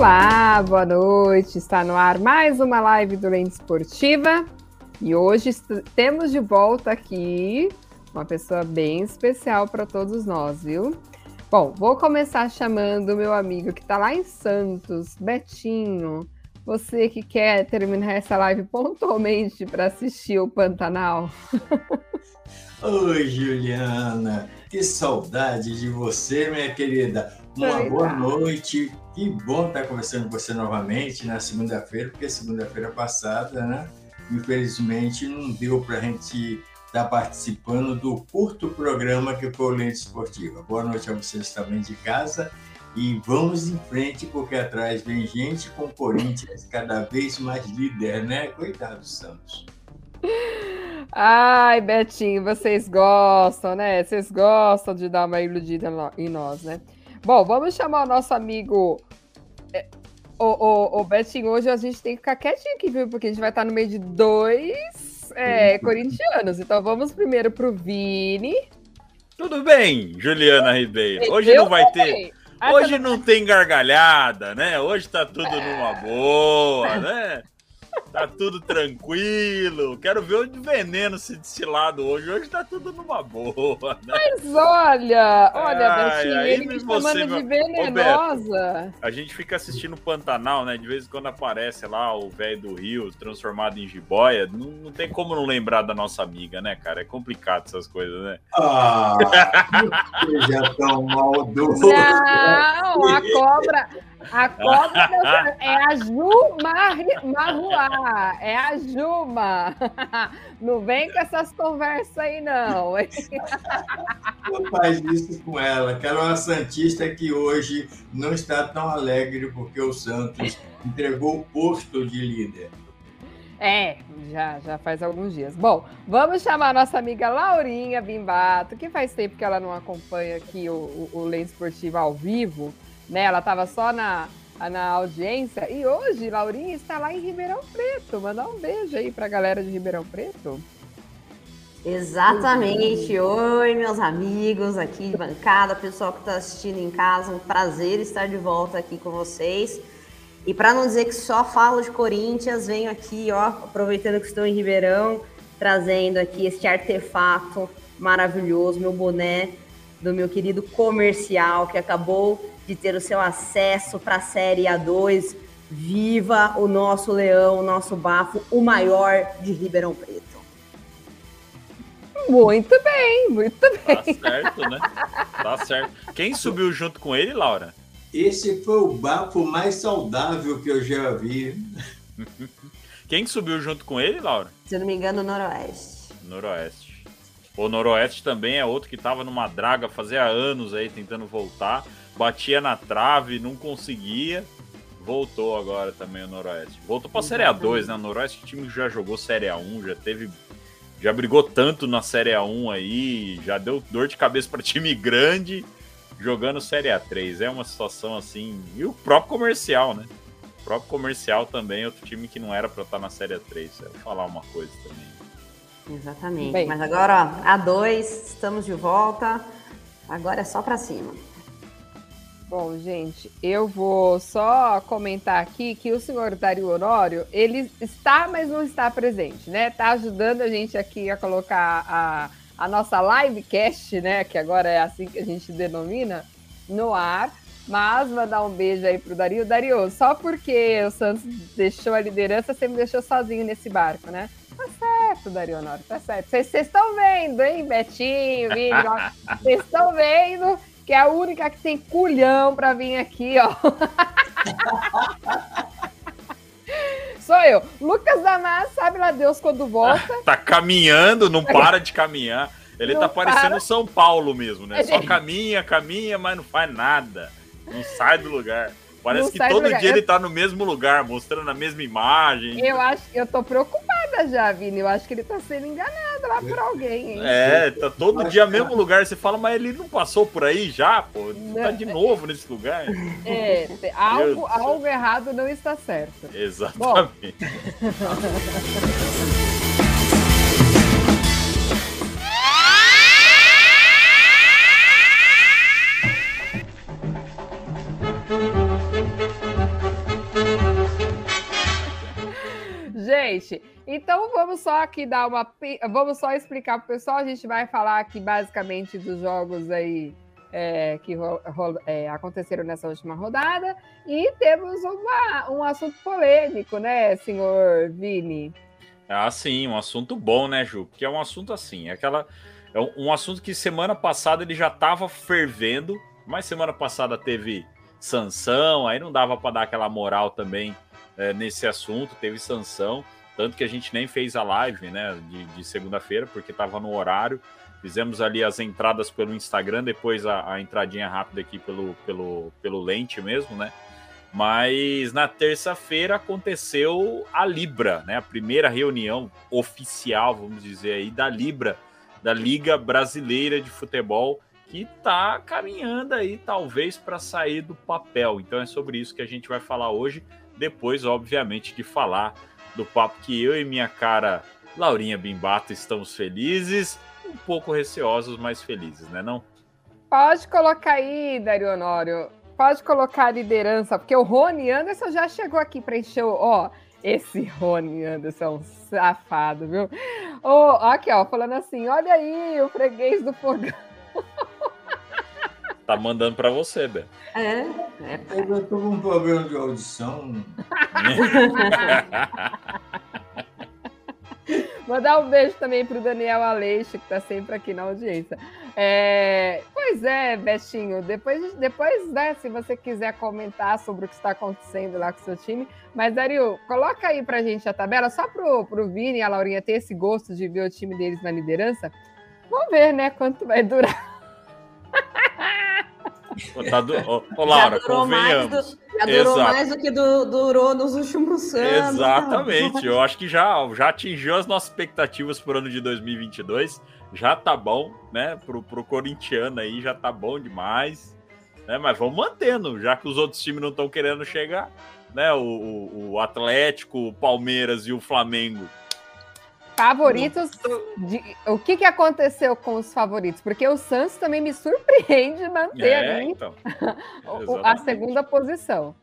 Olá, boa noite. Está no ar mais uma live do Lente Esportiva e hoje temos de volta aqui uma pessoa bem especial para todos nós, viu? Bom, vou começar chamando o meu amigo que está lá em Santos, Betinho. Você que quer terminar essa live pontualmente para assistir o Pantanal. Oi, Juliana, que saudade de você, minha querida. Uma boa noite. Que bom estar conversando com você novamente na segunda-feira, porque segunda-feira passada, né? Infelizmente, não deu para a gente estar participando do curto programa que foi o Lente Esportiva. Boa noite a vocês também de casa e vamos em frente, porque atrás vem gente com o Corinthians cada vez mais líder, né? Coitado, Santos. Ai, Betinho, vocês gostam, né? Vocês gostam de dar uma iludida em nós, né? Bom, vamos chamar o nosso amigo... O Betinho, hoje a gente tem que ficar quietinho aqui, viu? Porque a gente vai estar no meio de dois corintianos. Então vamos primeiro pro Vini. Tudo bem, Juliana Ribeiro. Hoje não vai ter... Hoje não tem gargalhada, né? Hoje tá tudo numa boa, né? Tá tudo tranquilo. Quero ver o veneno se destilado hoje. Hoje tá tudo numa boa, né? Mas olha, Betinho, ele me chamando de venenosa. Beto, a gente fica assistindo o Pantanal, né? De vez em quando aparece lá o velho do Rio transformado em jiboia. Não tem como não lembrar da nossa amiga, né, cara? É complicado essas coisas, né? Ah, não seja tão maldoso. Não, a cobra é a Juma Marruá, é a Juma. Não vem com essas conversas aí, não. Não faz isso com ela, que ela é uma santista que hoje não está tão alegre porque o Santos entregou o posto de líder. Já faz alguns dias. Bom, vamos chamar a nossa amiga Laurinha Bimbato, que faz tempo que ela não acompanha aqui o Lente Esportivo ao vivo, né? Ela estava só na audiência e hoje Laurinha está lá em Ribeirão Preto. Mandar um beijo aí para a galera de Ribeirão Preto. Exatamente. Oi, meus amigos aqui de bancada, pessoal que está assistindo em casa, um prazer estar de volta aqui com vocês. E para não dizer que só falo de Corinthians, venho aqui, aproveitando que estou em Ribeirão, trazendo aqui este artefato maravilhoso, meu boné do meu querido Comercial, que acabou de ter o seu acesso para a Série A2. Viva o nosso leão, o nosso bafo, o maior de Ribeirão Preto. Muito bem. Tá certo, né? Tá certo. Quem subiu junto com ele, Laura? Esse foi o bafo mais saudável que eu já vi. Quem subiu junto com ele, Laura? Se eu não me engano, Noroeste. Noroeste. O Noroeste também é outro que tava numa draga fazia anos aí tentando voltar. Batia na trave, não conseguia. Voltou agora também o Noroeste. Voltou pra Série A2, né? O Noroeste, time que já jogou Série A1, já brigou tanto na Série A1 aí, já deu dor de cabeça para time grande jogando Série A3. É uma situação assim. E o próprio Comercial, né? O próprio Comercial também, outro time que não era para estar na Série A3. Eu vou falar uma coisa também. Exatamente. Bem, mas agora, A2, estamos de volta. Agora é só para cima. Bom, gente, eu vou só comentar aqui que o senhor Dario Honório, ele está, mas não está presente, né? Está ajudando a gente aqui a colocar a nossa livecast, né? Que agora é assim que a gente denomina, no ar. Mas mandar um beijo aí pro Dario. Dario, só porque o Santos deixou a liderança, você me deixou sozinho nesse barco, né? Tá certo, Dario Honório, tá certo. Vocês estão vendo, hein, Betinho, vocês estão vendo que é a única que tem culhão pra vir aqui, ó. Sou eu. Lucas Damasio, sabe lá Deus quando volta. Tá caminhando, não para de caminhar. Ele não tá parecendo São Paulo mesmo, né? Só caminha, mas não faz nada. Não sai do lugar. Parece que todo dia ele tá no mesmo lugar, mostrando a mesma imagem. Eu tô preocupada já, Vini. Eu acho que ele tá sendo enganado lá por alguém, hein? Tá todo dia no mesmo lugar. Você fala, mas ele não passou por aí já, pô? Tá de novo nesse lugar. Algo errado não está certo. Exatamente. Gente, então vamos só aqui vamos só explicar para o pessoal. A gente vai falar aqui basicamente dos jogos aí que aconteceram nessa última rodada. E temos um assunto polêmico, né, senhor Vini? Ah, sim, um assunto bom, né, Ju? Porque é um assunto assim, é um assunto que semana passada ele já estava fervendo, mas semana passada teve sanção, aí não dava para dar aquela moral também nesse assunto, teve sanção, tanto que a gente nem fez a live, né, de segunda-feira, porque estava no horário. Fizemos ali as entradas pelo Instagram, depois a entradinha rápida aqui pelo Lente mesmo, né? Mas na terça-feira aconteceu a Libra, né? A primeira reunião oficial, vamos dizer aí, da Libra, da Liga Brasileira de Futebol, que está caminhando aí, talvez, para sair do papel. Então é sobre isso que a gente vai falar hoje, depois, obviamente, de falar do papo que eu e minha cara Laurinha Bimbato estamos felizes, um pouco receosos, mas felizes, né não? Pode colocar aí, Dario Honório. Pode colocar a liderança, porque o Rony Anderson já chegou aqui para encher esse Rony Anderson é um safado, viu? Aqui, falando assim, olha aí, o freguês do fogão. Tá mandando para você, Bé. Eu tô com um problema de audição. Mandar um beijo também para o Daniel Aleixo, que está sempre aqui na audiência. Pois é, Betinho, depois, né, se você quiser comentar sobre o que está acontecendo lá com o seu time. Mas, Dario, coloca aí para a gente a tabela, só para o Vini e a Laurinha ter esse gosto de ver o time deles na liderança. Vamos ver, né, quanto vai durar. Laura, convenhamos. Já durou mais do que durou nos últimos anos. Exatamente. Eu acho que já atingiu as nossas expectativas para o ano de 2022. Já tá bom, né? Pro corintiano aí já tá bom demais. Né? Mas vamos mantendo, já que os outros times não estão querendo chegar. Né? O Atlético, o Palmeiras e o Flamengo. Favoritos, o que aconteceu com os favoritos? Porque o Santos também me surpreende manter ali então, a segunda posição.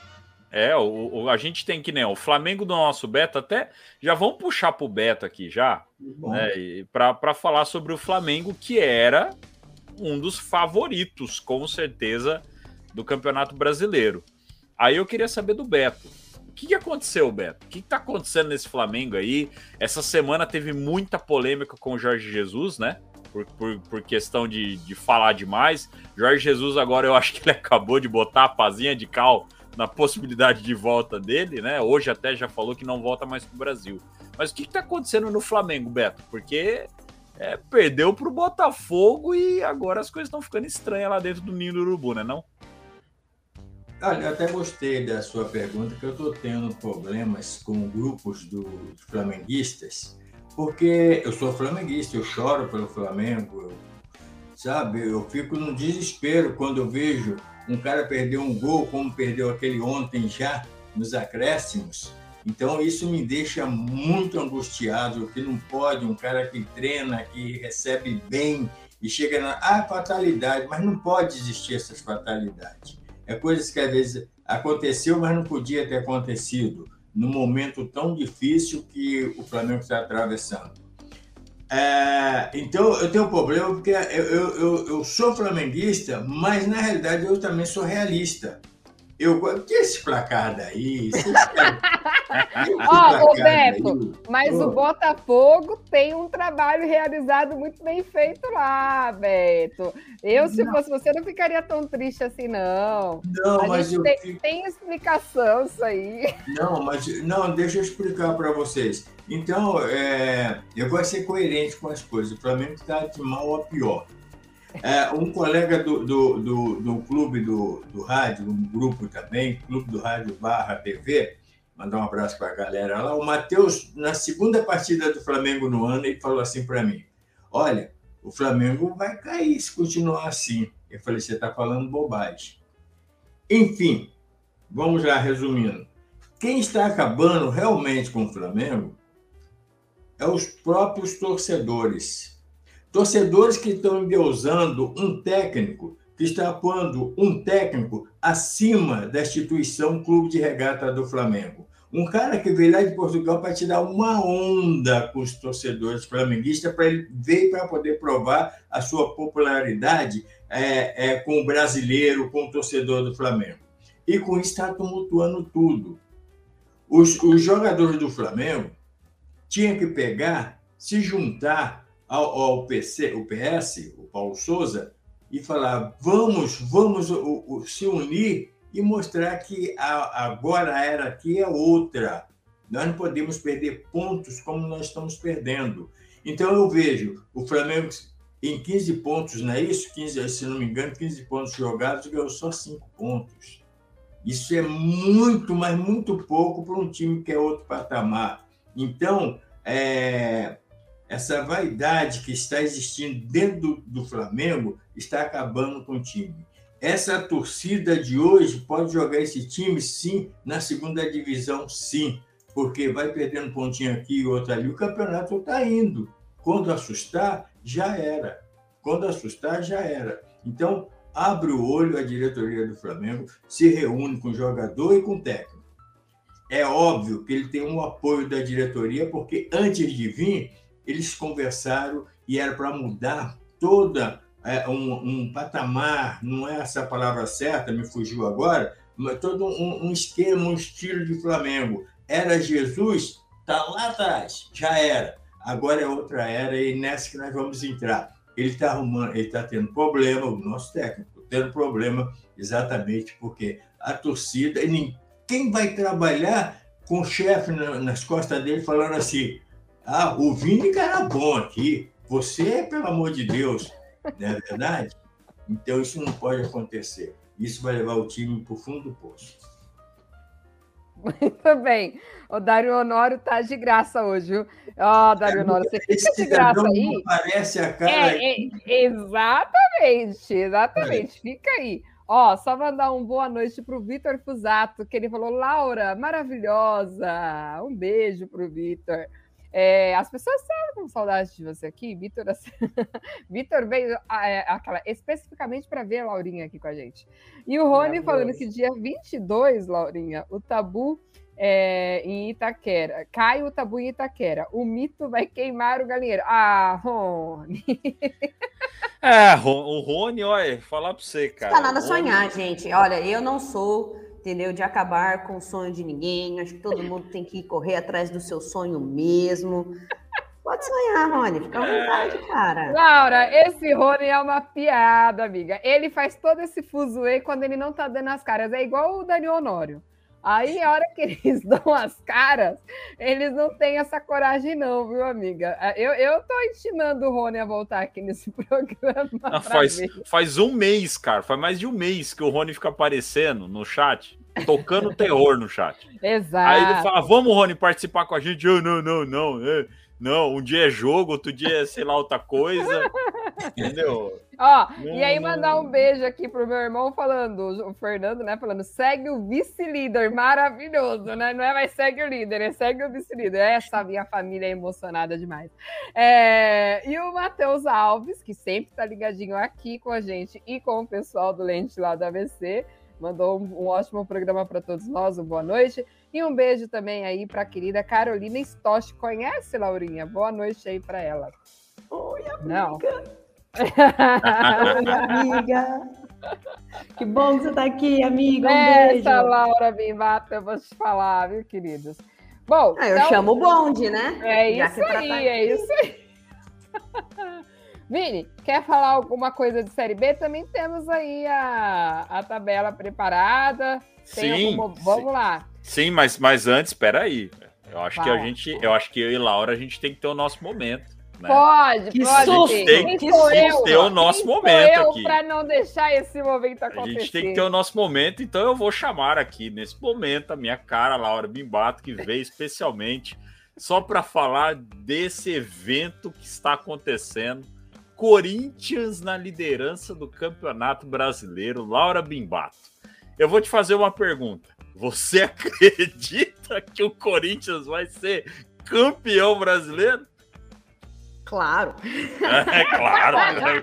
A gente tem que, né, o Flamengo do nosso Beto, até já vamos puxar pro Beto aqui já, né, para falar sobre o Flamengo, que era um dos favoritos, com certeza, do Campeonato Brasileiro. Aí eu queria saber do Beto. O que aconteceu, Beto? O que está acontecendo nesse Flamengo aí? Essa semana teve muita polêmica com o Jorge Jesus, né? Por questão de falar demais. Jorge Jesus agora eu acho que ele acabou de botar a pazinha de cal na possibilidade de volta dele, né? Hoje até já falou que não volta mais pro Brasil. Mas o que está acontecendo no Flamengo, Beto? Porque perdeu pro Botafogo e agora as coisas estão ficando estranhas lá dentro do ninho do urubu, né não? Olha, eu até gostei da sua pergunta, que eu estou tendo problemas com grupos dos flamenguistas, porque eu sou flamenguista, eu choro pelo Flamengo, sabe? Eu fico num desespero quando eu vejo um cara perder um gol, como perdeu aquele ontem já, nos acréscimos. Então, isso me deixa muito angustiado, que não pode um cara que treina, que recebe bem e chega na fatalidade, mas não pode existir essas fatalidades. É coisas que às vezes aconteceu, mas não podia ter acontecido num momento tão difícil que o Flamengo está atravessando. Então, eu tenho um problema porque eu sou flamenguista, mas na realidade eu também sou realista. Que esse placar daí? Ô, Beto, mas o Botafogo tem um trabalho realizado muito bem feito lá, Beto. Se fosse você, não ficaria tão triste assim, não. Não, mas tem explicação isso aí. Não, deixa eu explicar para vocês. Então, eu vou ser coerente com as coisas. O Flamengo está de mal a pior. Um colega do clube do rádio, um grupo também, Clube do Rádio /TV, mandar um abraço para a galera lá. O Matheus, na segunda partida do Flamengo no ano, ele falou assim para mim: olha, o Flamengo vai cair se continuar assim. Eu falei: você está falando bobagem. Enfim, vamos lá, resumindo. Quem está acabando realmente com o Flamengo é os próprios torcedores. Torcedores que estão endeusando um técnico, que está pondo um técnico acima da instituição Clube de Regata do Flamengo. Um cara que veio lá de Portugal para tirar uma onda com os torcedores flamenguistas, para ele veio para poder provar a sua popularidade com o brasileiro, com o torcedor do Flamengo. E com isso está tumultuando tudo. Os jogadores do Flamengo tinham que pegar, se juntar ao PC, o PS, o Paulo Souza, e falar, vamos se unir e mostrar que agora a era aqui é outra. Nós não podemos perder pontos como nós estamos perdendo. Então, eu vejo o Flamengo em 15 pontos, não é isso? 15, se não me engano, 15 pontos jogados, ganhou só 5 pontos. Isso é muito, mas muito pouco para um time que é outro patamar. Então, essa vaidade que está existindo dentro do Flamengo está acabando com o time. Essa torcida de hoje pode jogar esse time, sim, na segunda divisão, sim, porque vai perdendo pontinho aqui e outro ali. O campeonato está indo. Quando assustar, já era. Quando assustar, já era. Então, abre o olho a diretoria do Flamengo, se reúne com o jogador e com o técnico. É óbvio que ele tem um apoio da diretoria, porque antes de vir, eles conversaram e era para mudar toda um patamar, não é essa a palavra certa, me fugiu agora, mas todo um esquema, um estilo de Flamengo. Era Jesus, está lá atrás, já era. Agora é outra era e nessa que nós vamos entrar. Ele está arrumando, ele está tendo problema, o nosso técnico, tendo problema exatamente porque a torcida, quem vai trabalhar com o chefe nas costas dele falando assim, o Vini era bom aqui, você, pelo amor de Deus, não é verdade? Então, isso não pode acontecer. Isso vai levar o time para o fundo do poço. Muito bem. O Dário Honório tá de graça hoje, viu? Dário Honório, você fica de graça aí? Parece a cara. Exatamente. Fica aí. Só mandar uma boa noite para o Vitor Fusato, que ele falou, Laura, maravilhosa. Um beijo para o Vitor. As pessoas estavam com saudade de você aqui, Vitor. Vitor veio especificamente para ver a Laurinha aqui com a gente. E o Rony falando que dia 22, Laurinha, o tabu em Itaquera. Cai o tabu em Itaquera. O mito vai queimar o galinheiro. Rony. O Rony, olha, falar para você, cara. Não tá nada a sonhar, gente. Olha, eu não sou... entendeu? De acabar com o sonho de ninguém. Acho que todo mundo tem que correr atrás do seu sonho mesmo. Pode sonhar, Rony. Fica à vontade, cara. Laura, esse Rony é uma piada, amiga. Ele faz todo esse fuzuê quando ele não tá dando as caras. É igual o Dário Honório. Aí, a hora que eles dão as caras, eles não têm essa coragem não, viu, amiga? Eu tô intimando o Rony a voltar aqui nesse programa. Faz um mês, cara. Faz mais de um mês que o Rony fica aparecendo no chat, tocando terror no chat. Exato. Aí ele fala, vamos, Rony, participar com a gente. Não, um dia é jogo, outro dia é, sei lá, outra coisa. Entendeu? E aí mandar um beijo aqui pro meu irmão falando, o Fernando, né, falando, segue o vice-líder, maravilhoso, né? Não é mais segue o líder, é segue o vice-líder. Essa minha família é emocionada demais. E o Matheus Alves, que sempre tá ligadinho aqui com a gente e com o pessoal do Lente lá do ABC, mandou um ótimo programa para todos nós, boa noite. E um beijo também aí para a querida Carolina Stosch. Conhece, Laurinha? Boa noite aí para ela. Oi, amiga. Não. Oi, amiga. Que bom que você está aqui, amiga. Um beijo. Laura Bimbata, eu vou te falar, viu, queridos? Bom, eu chamo o bonde, né? É isso aí. Vini, quer falar alguma coisa de Série B? Também temos aí a tabela preparada. Vamos lá. Sim, mas antes, espera aí. Eu acho que eu e Laura, a gente tem que ter o nosso momento. Né? Pode. Tem que ter o nosso momento aqui. Para não deixar esse momento acontecer. A gente tem que ter o nosso momento, então eu vou chamar aqui, nesse momento, a minha cara, Laura Bimbato, que veio especialmente só para falar desse evento que está acontecendo. Corinthians na liderança do Campeonato Brasileiro. Laura Bimbato, eu vou te fazer uma pergunta. Você acredita que o Corinthians vai ser campeão brasileiro? Claro. Claro.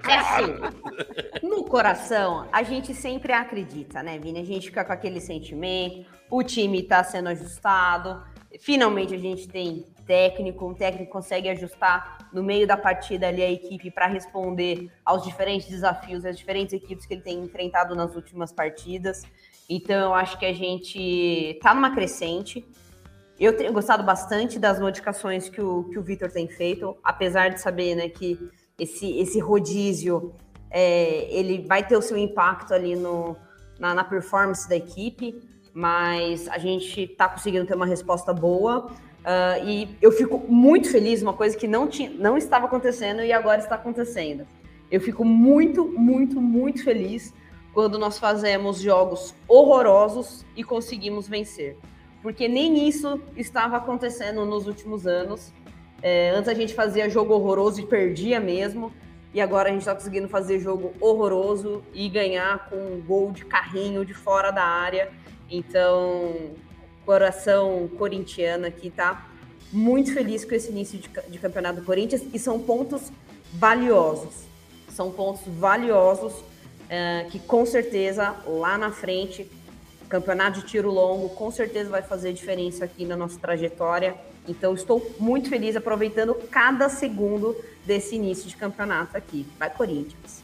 Assim, no coração, a gente sempre acredita, né, Vini? A gente fica com aquele sentimento, o time está sendo ajustado, finalmente a gente tem um técnico consegue ajustar no meio da partida ali a equipe para responder aos diferentes desafios, às diferentes equipes que ele tem enfrentado nas últimas partidas. Então, eu acho que a gente está numa crescente. Eu tenho gostado bastante das modificações que o Vitor tem feito, apesar de saber, né, que esse rodízio ele vai ter o seu impacto ali na performance da equipe, mas a gente está conseguindo ter uma resposta boa. E eu fico muito feliz, uma coisa que não estava acontecendo e agora está acontecendo. Eu fico muito, muito, muito feliz quando nós fazemos jogos horrorosos e conseguimos vencer. Porque nem isso estava acontecendo nos últimos anos. Antes a gente fazia jogo horroroso e perdia mesmo, e agora a gente está conseguindo fazer jogo horroroso e ganhar com um gol de carrinho de fora da área. Então, coração corintiano aqui tá muito feliz com esse início de campeonato do Corinthians, e são pontos valiosos. São pontos valiosos que com certeza lá na frente, campeonato de tiro longo, com certeza vai fazer diferença aqui na nossa trajetória. Então, estou muito feliz aproveitando cada segundo desse início de campeonato aqui. Vai, Corinthians!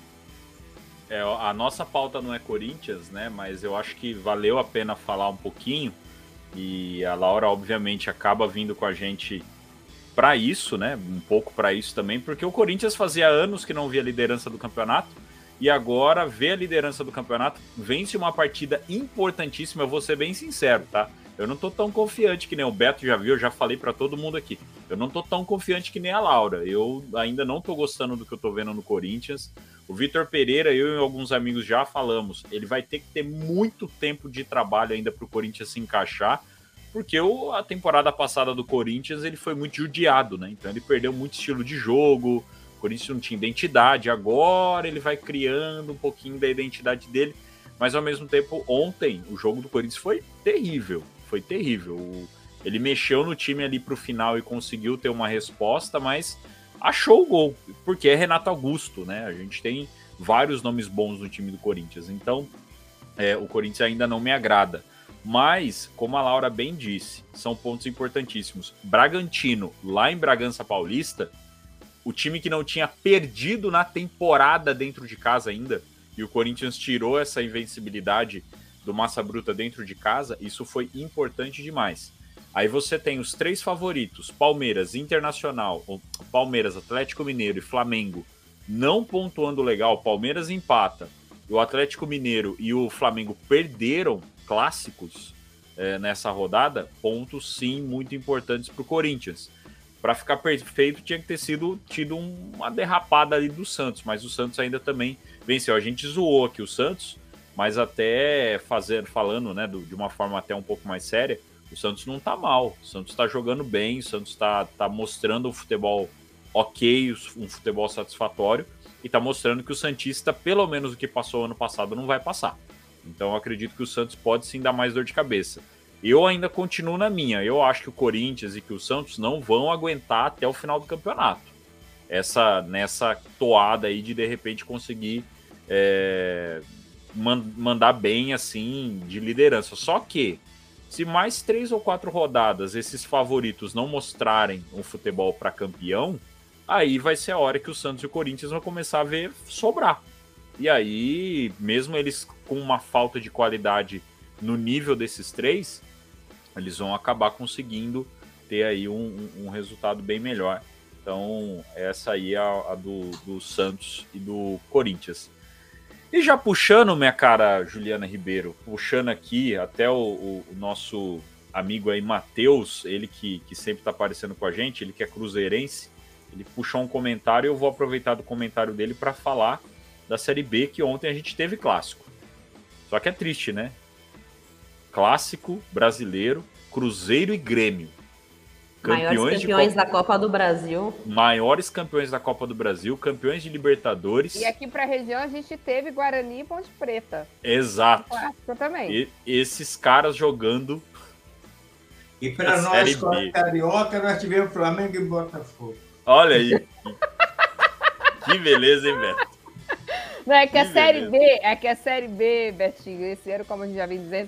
A nossa pauta não é Corinthians, né? Mas eu acho que valeu a pena falar um pouquinho. E a Laura, obviamente, acaba vindo com a gente para isso, né? Um pouco para isso também, porque o Corinthians fazia anos que não via a liderança do campeonato. E agora vê a liderança do campeonato, vence uma partida importantíssima. Eu vou ser bem sincero, tá? Eu não tô tão confiante que nem o Beto já viu, eu já falei para todo mundo aqui. Eu não tô tão confiante que nem a Laura. Eu ainda não tô gostando do que eu tô vendo no Corinthians. O Vitor Pereira, eu e alguns amigos já falamos, ele vai ter que ter muito tempo de trabalho ainda pro Corinthians se encaixar, porque a temporada passada do Corinthians ele foi muito judiado, né? Então ele perdeu muito estilo de jogo, o Corinthians não tinha identidade, agora ele vai criando um pouquinho da identidade dele, mas ao mesmo tempo, ontem o jogo do Corinthians foi terrível. Ele mexeu no time ali pro final e conseguiu ter uma resposta, mas achou o gol, porque é Renato Augusto, né? A gente tem vários nomes bons no time do Corinthians, então o Corinthians ainda não me agrada. Mas, como a Laura bem disse, são pontos importantíssimos. Bragantino, lá em Bragança Paulista, o time que não tinha perdido na temporada dentro de casa ainda, e o Corinthians tirou essa invencibilidade do Massa Bruta dentro de casa, isso foi importante demais. Aí você tem os 3 favoritos, Palmeiras, Internacional, Palmeiras, Atlético Mineiro e Flamengo, não pontuando legal. Palmeiras empata, o Atlético Mineiro e o Flamengo perderam clássicos nessa rodada, pontos sim muito importantes para o Corinthians. Para ficar perfeito, tinha que ter tido uma derrapada ali do Santos, mas o Santos ainda também venceu. A gente zoou aqui o Santos, mas até falando, né, de uma forma até um pouco mais séria, o Santos não tá mal, o Santos tá jogando bem, o Santos tá mostrando um futebol ok, um futebol satisfatório, e tá mostrando que o Santista, pelo menos o que passou ano passado, não vai passar. Então eu acredito que o Santos pode sim dar mais dor de cabeça. Eu ainda continuo na minha, eu acho que o Corinthians e que o Santos não vão aguentar até o final do campeonato. Nessa toada aí de repente conseguir mandar bem assim de liderança. Só que se mais 3 ou 4 rodadas esses favoritos não mostrarem um futebol para campeão, aí vai ser a hora que o Santos e o Corinthians vão começar a ver sobrar. E aí, mesmo eles com uma falta de qualidade no nível desses 3, eles vão acabar conseguindo ter aí um resultado bem melhor. Então, essa aí é a do Santos e do Corinthians. E já puxando, minha cara Juliana Ribeiro, puxando aqui até o nosso amigo aí, Matheus, ele que sempre está aparecendo com a gente, ele que é cruzeirense, ele puxou um comentário e eu vou aproveitar do comentário dele para falar da Série B, que ontem a gente teve clássico. Só que é triste, né? Clássico brasileiro, Cruzeiro e Grêmio. Maiores campeões da Copa do Brasil. Maiores campeões da Copa do Brasil, campeões de Libertadores. E aqui para a região a gente teve Guarani e Ponte Preta. Exato. Clássico também. Esses caras jogando. E para nós, carioca, nós tivemos Flamengo e Botafogo. Olha aí. Que beleza, hein, Beto? Não, é que a Série B, Betinho, esse ano, como a gente já vem dizendo,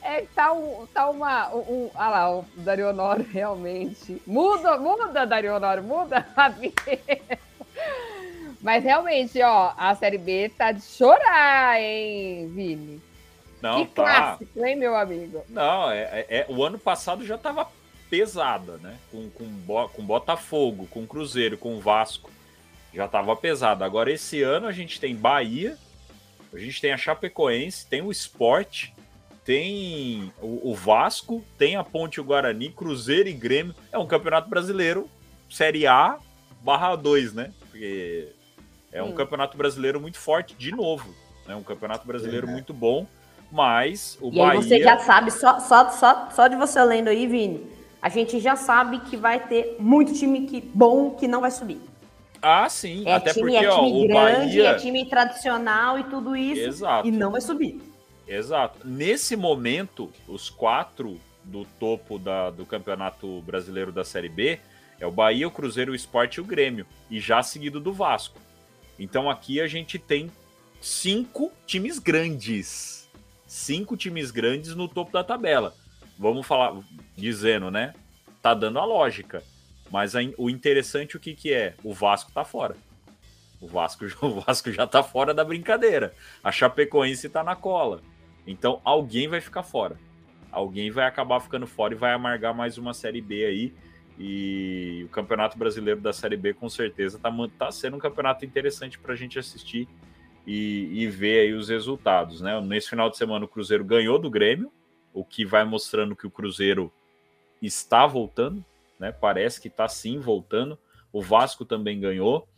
olha lá, o Dario Honório realmente. Muda, Dario Honório, muda a vinheta. Mas realmente, ó, a Série B tá de chorar, hein, Vini? Não, que clássico, hein, meu amigo? Não, o ano passado já tava pesada, né? Com Botafogo, com Cruzeiro, com Vasco. Já tava pesada. Agora, esse ano, a gente tem Bahia, a gente tem a Chapecoense, tem o Sport, tem o Vasco, tem a Ponte e o Guarani, Cruzeiro e Grêmio. É um campeonato brasileiro, Série A/2, né? Porque é um campeonato brasileiro muito forte, de novo. É um campeonato brasileiro muito bom, mas o Bahia... E aí você já sabe, só de você lendo aí, Vini, a gente já sabe que vai ter muito time bom que não vai subir. Ah, sim. Até time porque, grande, o Bahia... é time tradicional e tudo isso. Exato. E não vai subir. Exato. Nesse momento, os 4 do topo do Campeonato Brasileiro da Série B é o Bahia, o Cruzeiro, o Sport e o Grêmio. E já seguido do Vasco. Então aqui a gente tem 5 times grandes. 5 times grandes no topo da tabela. Vamos falar, dizendo, né? Tá dando a lógica. Mas o interessante, o que é? O Vasco tá fora. O Vasco já tá fora da brincadeira. A Chapecoense tá na cola. Então alguém vai ficar fora. Alguém vai acabar ficando fora e vai amargar mais uma Série B aí. E o Campeonato Brasileiro da Série B com certeza tá sendo um campeonato interessante pra gente assistir e ver aí os resultados, né? Nesse final de semana o Cruzeiro ganhou do Grêmio, o que vai mostrando que o Cruzeiro está voltando, né? Parece que está sim voltando. O Vasco também ganhou.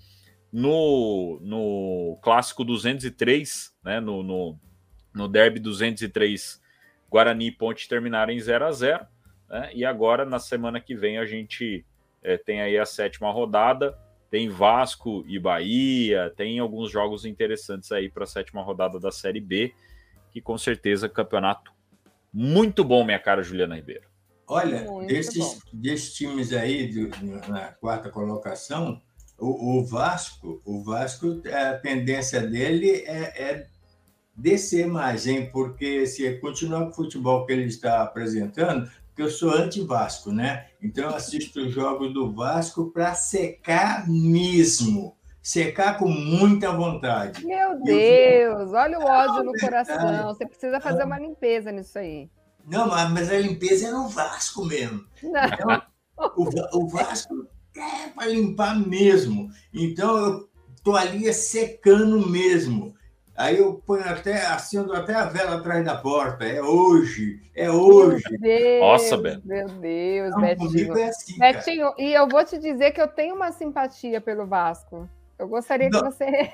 No Clássico 203, né? No Derby 203, Guarani e Ponte terminaram em 0-0, né? E agora, na semana que vem, a gente tem aí a 7ª rodada, tem Vasco e Bahia, tem alguns jogos interessantes aí para a 7ª rodada da Série B, que com certeza campeonato muito bom, minha cara Juliana Ribeiro. Olha, desses times aí na 4ª colocação, o Vasco, a tendência dele é descer mais, hein? Porque se continuar com o futebol que ele está apresentando, porque eu sou anti-Vasco, né? Então eu assisto os jogos do Vasco para secar mesmo. Secar com muita vontade. Meu Deus, olha o ódio no coração. Você precisa fazer uma limpeza nisso aí. Não, mas a limpeza é no Vasco mesmo. Então, o Vasco é para limpar mesmo. Então, eu estou ali secando mesmo. Aí eu ponho acendo até a vela atrás da porta. É hoje. Meu Deus, nossa, Beto. Meu Deus, então, Betinho. É assim, Betinho, e eu vou te dizer que eu tenho uma simpatia pelo Vasco. Eu gostaria que você...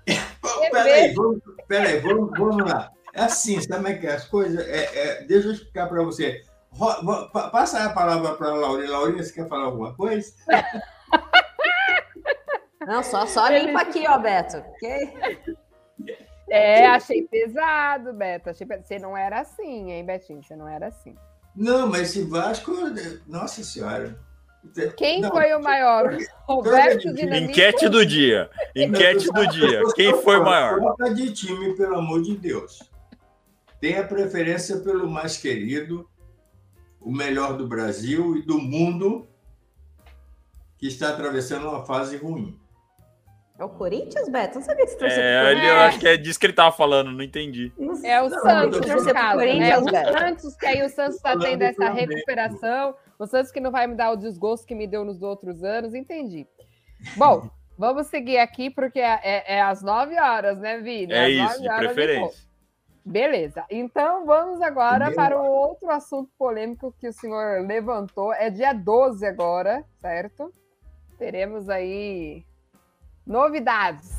Peraí, vamos lá. É assim, sabe como é que é as coisas? Deixa eu explicar para você. Passa a palavra para a Laurinha. Laurinha, você quer falar alguma coisa? Não, só limpa aqui, ó, Beto. Okay? Achei pesado, Beto. Você não era assim, hein, Betinho? Você não era assim. Não, mas esse Vasco... Nossa Senhora... Quem foi o maior? Roberto Dinamite? Enquete do dia. Quem foi o maior? Troca de time, pelo amor de Deus. Tenha preferência pelo mais querido, o melhor do Brasil e do mundo, que está atravessando uma fase ruim. É o Corinthians, Beto? Não sabia que você torceu pro Corinthians. Eu acho que é disso que ele estava falando, não entendi. É o Santos, no caso, né? O Beto. Santos, que aí o Santos está tendo essa recuperação. O Santos que não vai me dar o desgosto que me deu nos outros anos, entendi. Bom, vamos seguir aqui, porque é às 9 horas, né, Vini? É isso, de preferência. Beleza, então vamos agora para o outro assunto polêmico que o senhor levantou. É dia 12 agora, certo? Teremos aí novidades.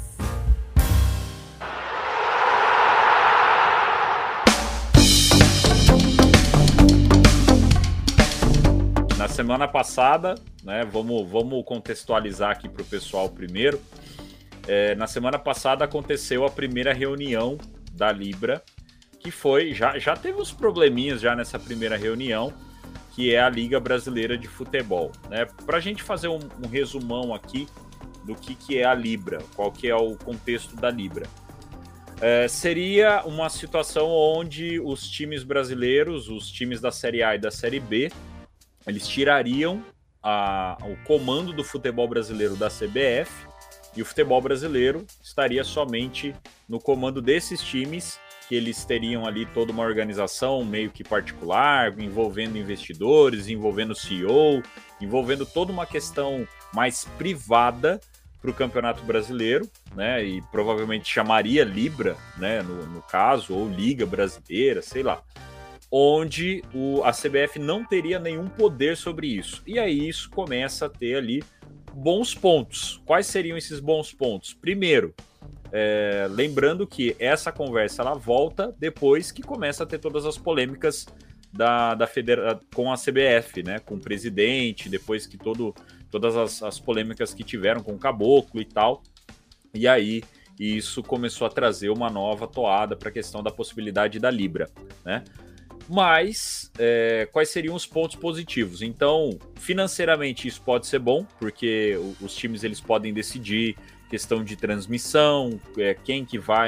Na semana passada, né, vamos contextualizar aqui para o pessoal primeiro. Na semana passada aconteceu a primeira reunião da Libra, que foi, já teve uns probleminhas já nessa primeira reunião, que é a Liga Brasileira de Futebol, né? Para a gente fazer um resumão aqui do que é a Libra, qual que é o contexto da Libra. Seria uma situação onde os times brasileiros, os times da Série A e da Série B, eles tirariam o comando do futebol brasileiro da CBF e o futebol brasileiro estaria somente no comando desses times, que eles teriam ali toda uma organização meio que particular, envolvendo investidores, envolvendo CEO, envolvendo toda uma questão mais privada para o Campeonato Brasileiro, né? E provavelmente chamaria Libra, né? No caso, ou Liga Brasileira, sei lá, onde a CBF não teria nenhum poder sobre isso. E aí isso começa a ter ali bons pontos. Quais seriam esses bons pontos? Primeiro, lembrando que essa conversa ela volta depois que começa a ter todas as polêmicas com a CBF, né? Com o presidente, depois que todas as polêmicas que tiveram com o Caboclo e tal. E aí isso começou a trazer uma nova toada para a questão da possibilidade da Libra, né? Mas quais seriam os pontos positivos? Então, financeiramente isso pode ser bom, porque os times eles podem decidir questão de transmissão, quem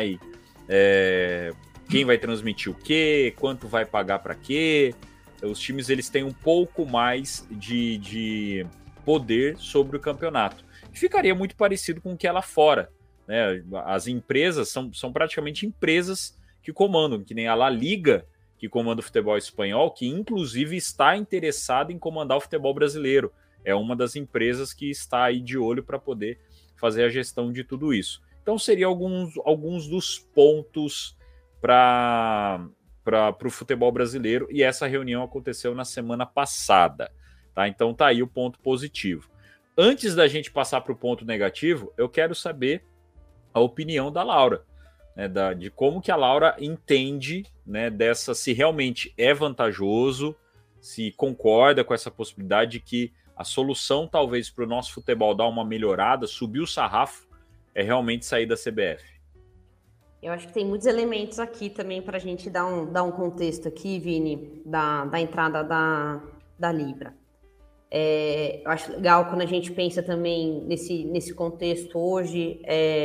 vai transmitir o quê, quanto vai pagar para quê. Os times eles têm um pouco mais de poder sobre o campeonato. E ficaria muito parecido com o que é lá fora, né? As empresas são praticamente empresas que comandam, que nem a La Liga, que comanda o futebol espanhol, que inclusive está interessada em comandar o futebol brasileiro. É uma das empresas que está aí de olho para poder fazer a gestão de tudo isso. Então seriam alguns dos pontos para o futebol brasileiro, e essa reunião aconteceu na semana passada. Tá? Então tá aí o ponto positivo. Antes da gente passar para o ponto negativo, eu quero saber a opinião da Laura, né, de como que a Laura entende, né, se realmente é vantajoso, se concorda com essa possibilidade de que a solução talvez para o nosso futebol dar uma melhorada, subir o sarrafo, é realmente sair da CBF. Eu acho que tem muitos elementos aqui também para a gente dar um contexto aqui, Vini, da entrada da Libra. Eu acho legal quando a gente pensa também nesse contexto hoje,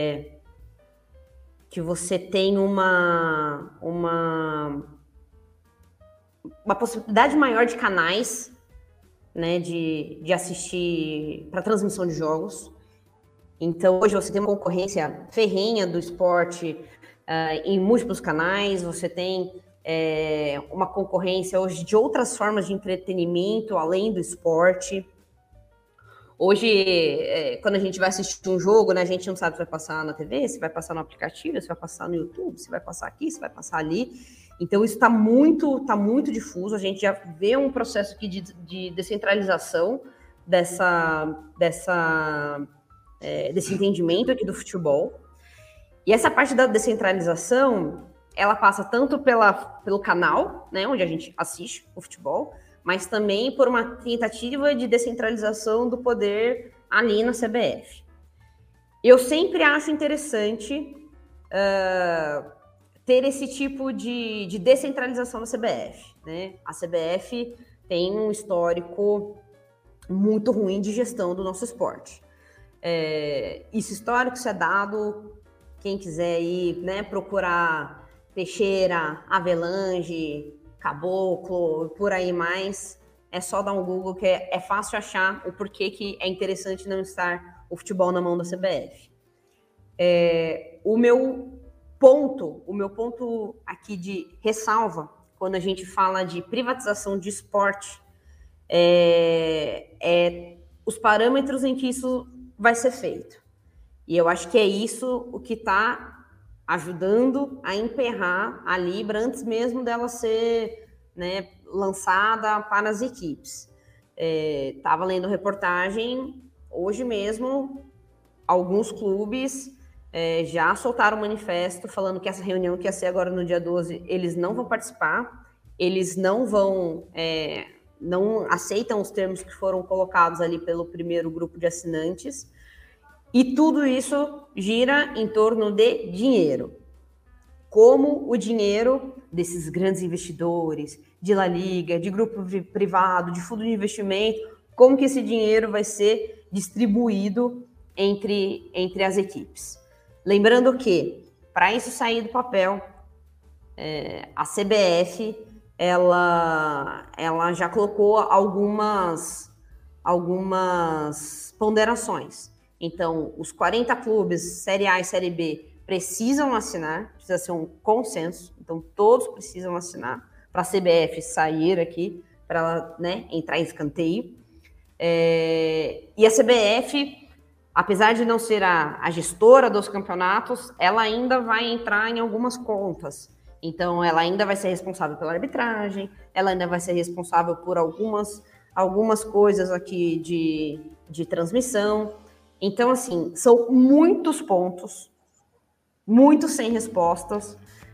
que você tem uma possibilidade maior de canais, né, de assistir para transmissão de jogos. Então, hoje você tem uma concorrência ferrenha do esporte em múltiplos canais, você tem uma concorrência hoje de outras formas de entretenimento além do esporte. Hoje, quando a gente vai assistir um jogo, né, a gente não sabe se vai passar na TV, se vai passar no aplicativo, se vai passar no YouTube, se vai passar aqui, se vai passar ali. Então, isso está muito difuso. A gente já vê um processo aqui de descentralização desse entendimento aqui do futebol. E essa parte da descentralização, ela passa tanto pelo canal, né, onde a gente assiste o futebol, mas também por uma tentativa de descentralização do poder ali na CBF. Eu sempre acho interessante ter esse tipo de descentralização da CBF, né? A CBF tem um histórico muito ruim de gestão do nosso esporte. Esse histórico se é dado, quem quiser ir, né, procurar Teixeira, Avelange, Caboclo, por aí mais, é só dar um Google que é fácil achar o porquê que é interessante não estar o futebol na mão da CBF. O meu ponto aqui de ressalva, quando a gente fala de privatização de esporte, os parâmetros em que isso vai ser feito. E eu acho que é isso o que está ajudando a emperrar a Libra antes mesmo dela ser, né, lançada para as equipes. Estava lendo reportagem, hoje mesmo, alguns clubes já soltaram um manifesto falando que essa reunião que ia ser agora no dia 12, eles não vão participar, eles não aceitam os termos que foram colocados ali pelo primeiro grupo de assinantes. E tudo isso gira em torno de dinheiro. Como o dinheiro desses grandes investidores, de La Liga, de grupo privado, de fundo de investimento, como que esse dinheiro vai ser distribuído entre as equipes. Lembrando que, para isso sair do papel, a CBF ela já colocou algumas ponderações. Então, os 40 clubes, Série A e Série B, precisam assinar, precisa ser um consenso, então todos precisam assinar para a CBF sair aqui, para ela, né, entrar em escanteio. E a CBF, apesar de não ser a gestora dos campeonatos, ela ainda vai entrar em algumas contas. Então, ela ainda vai ser responsável pela arbitragem, ela ainda vai ser responsável por algumas coisas aqui de transmissão. Então, assim, são muitos pontos, muitos sem respostas.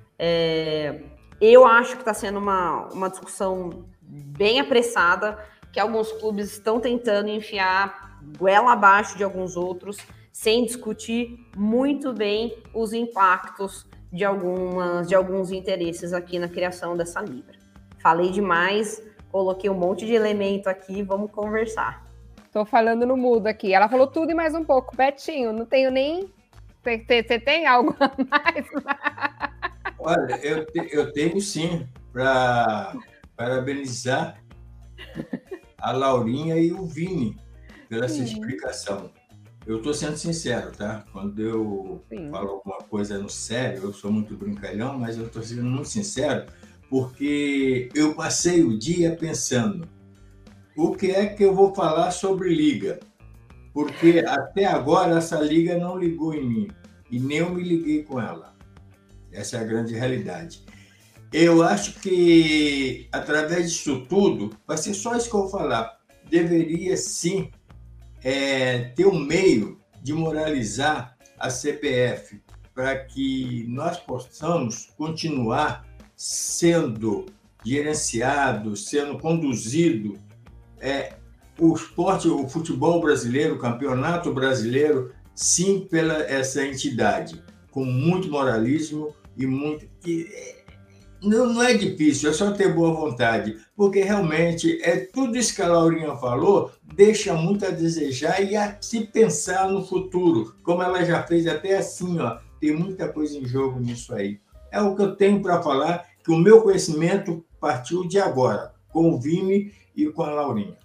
Eu acho que está sendo uma discussão bem apressada, que alguns clubes estão tentando enfiar goela abaixo de alguns outros, sem discutir muito bem os impactos de alguns interesses aqui na criação dessa Libra. Falei demais, coloquei um monte de elemento aqui, vamos conversar. Tô falando no mudo aqui. Ela falou tudo e mais um pouco. Betinho, não tenho nem... Você tem algo a mais? Olha, eu tenho sim, para parabenizar a Laurinha e o Vini pela essa explicação. Eu estou sendo sincero, tá? Quando eu falo alguma coisa no sério, eu sou muito brincalhão, mas eu estou sendo muito sincero, porque eu passei o dia pensando o que é que eu vou falar sobre liga, porque até agora essa liga não ligou em mim e nem eu me liguei com ela. Essa é a grande realidade. Eu acho que através disso tudo, vai ser só isso que eu vou falar, deveria sim ter um meio de moralizar a CBF para que nós possamos continuar sendo gerenciados, sendo conduzido o esporte, o futebol brasileiro, o campeonato brasileiro, sim, pela essa entidade, com muito moralismo e muito... Não é difícil, é só ter boa vontade, porque realmente tudo isso que a Laurinha falou deixa muito a desejar e a se pensar no futuro, como ela já fez até assim, ó, tem muita coisa em jogo nisso aí. É o que eu tenho para falar, que o meu conhecimento partiu de agora, com o Vini e com a Laurinha.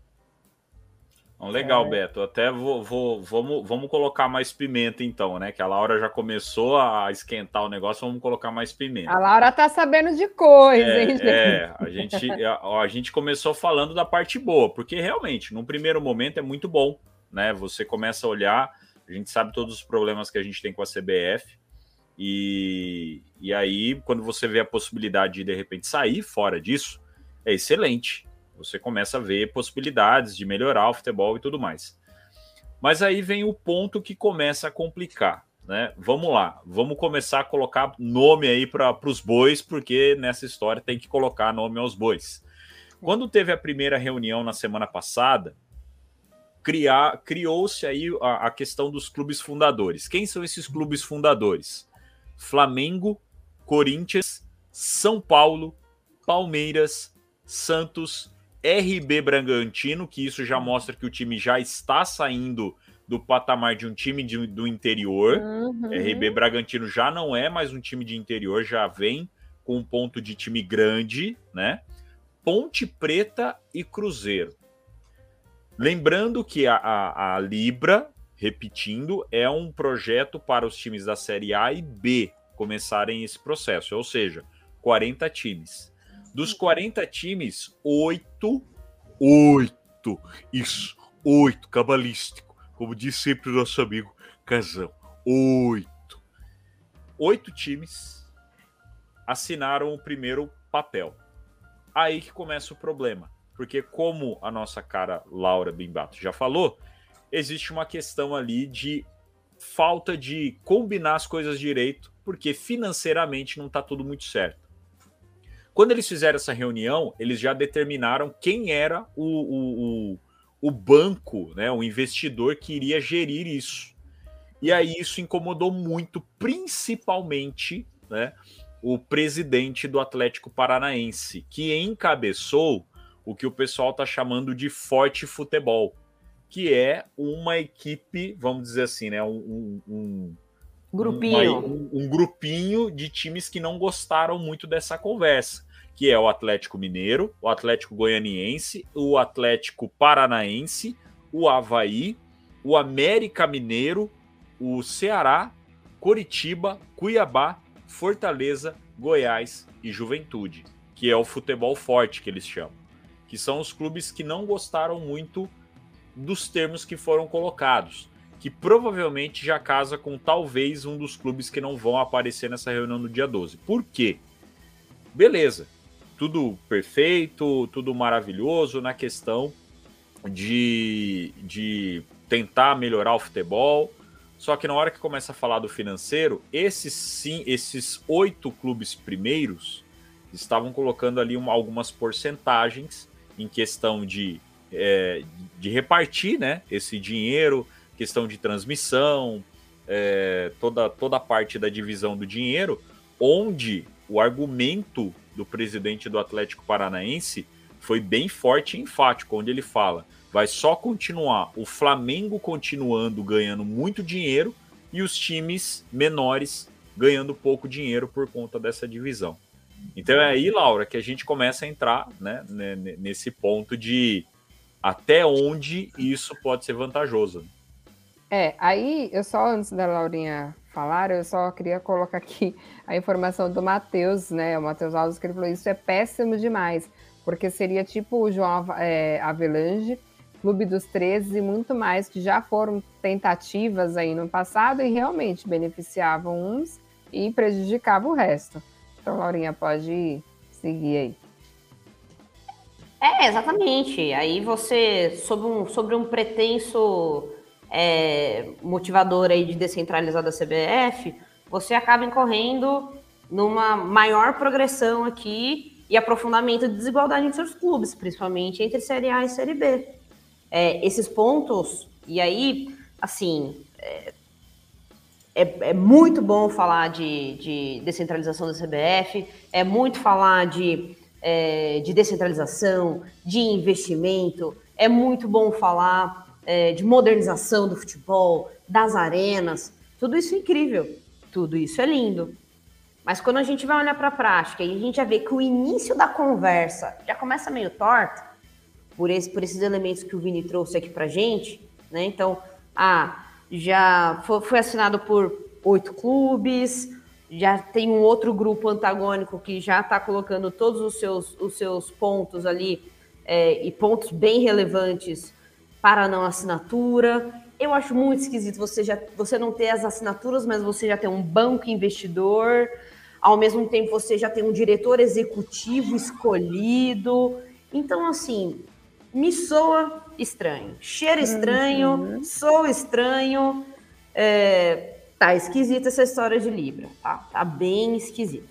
Legal, Beto. Até vamos colocar mais pimenta, então, né? Que a Laura já começou a esquentar o negócio, vamos colocar mais pimenta. A Laura tá sabendo de coisa, hein, gente? A gente começou falando da parte boa, porque realmente, num primeiro momento, é muito bom, né? Você começa a olhar, a gente sabe todos os problemas que a gente tem com a CBF, e aí, quando você vê a possibilidade de repente, sair fora disso, é excelente. Você começa a ver possibilidades de melhorar o futebol e tudo mais. Mas aí vem o ponto que começa a complicar, né? Vamos lá, vamos começar a colocar nome aí para os bois, porque nessa história tem que colocar nome aos bois. Quando teve a primeira reunião na semana passada, criou-se aí a questão dos clubes fundadores. Quem são esses clubes fundadores? Flamengo, Corinthians, São Paulo, Palmeiras, Santos, RB Bragantino, que isso já mostra que o time já está saindo do patamar de um time do interior. RB Bragantino já não é mais um time de interior, já vem com um ponto de time grande, né? Ponte Preta e Cruzeiro. Lembrando que a Libra, repetindo, é um projeto para os times da Série A e B começarem esse processo, ou seja, 40 times. Dos 40 times, 8, cabalístico, como diz sempre o nosso amigo Casão, 8 times assinaram o primeiro papel. Aí que começa o problema, porque como a nossa cara Laura Bimbato já falou, existe uma questão ali de falta de combinar as coisas direito, porque financeiramente não está tudo muito certo. Quando eles fizeram essa reunião, eles já determinaram quem era o banco, né, o investidor que iria gerir isso. E aí isso incomodou muito, principalmente, né, o presidente do Atlético Paranaense, que encabeçou o que o pessoal está chamando de Forte Futebol, que é uma equipe, vamos dizer assim, né? Grupinho. Um grupinho de times que não gostaram muito dessa conversa, que é o Atlético Mineiro, o Atlético Goianiense, o Atlético Paranaense, o Avaí, o América Mineiro, o Ceará, Coritiba, Cuiabá, Fortaleza, Goiás e Juventude, que é o futebol forte que eles chamam, que são os clubes que não gostaram muito dos termos que foram colocados, que provavelmente já casa com talvez um dos clubes que não vão aparecer nessa reunião no dia 12. Por quê? Beleza, tudo perfeito, tudo maravilhoso na questão de tentar melhorar o futebol, só que na hora que começa a falar do financeiro, esses 8 clubes primeiros estavam colocando ali algumas porcentagens em questão de repartir, né, esse dinheiro, questão de transmissão, toda a parte da divisão do dinheiro, onde o argumento do presidente do Atlético Paranaense foi bem forte e enfático, onde ele fala: vai só continuar o Flamengo continuando ganhando muito dinheiro e os times menores ganhando pouco dinheiro por conta dessa divisão. Então é aí, Laura, que a gente começa a entrar, né, nesse ponto de até onde isso pode ser vantajoso. Aí eu só, antes da Laurinha falar, eu só queria colocar aqui a informação do Matheus, né? O Matheus Alves, que ele falou: isso é péssimo demais, porque seria tipo o João Avelange, Clube dos 13 e muito mais, que já foram tentativas aí no passado e realmente beneficiavam uns e prejudicavam o resto. Então, Laurinha, pode seguir aí. Exatamente. Aí você, sobre um pretenso motivador aí de descentralizar da CBF, você acaba incorrendo numa maior progressão aqui e aprofundamento de desigualdade entre os clubes, principalmente entre Série A e Série B. Esses pontos, e aí, assim, é muito bom falar de descentralização da CBF, é muito falar de descentralização, de investimento, é muito bom falar de modernização do futebol, das arenas, tudo isso é incrível, tudo isso é lindo. Mas quando a gente vai olhar para a prática e a gente já vê que o início da conversa já começa meio torto, por esses elementos que o Vini trouxe aqui pra gente, né? Então, já foi assinado por 8 clubes, já tem um outro grupo antagônico que já está colocando todos os seus pontos ali, e pontos bem relevantes para a não assinatura. Eu acho muito esquisito você não ter as assinaturas, mas você já tem um banco investidor, ao mesmo tempo você já tem um diretor executivo escolhido. Então, assim, me soa estranho, cheira estranho, soa estranho. Tá esquisita essa história de Libra, tá bem esquisita.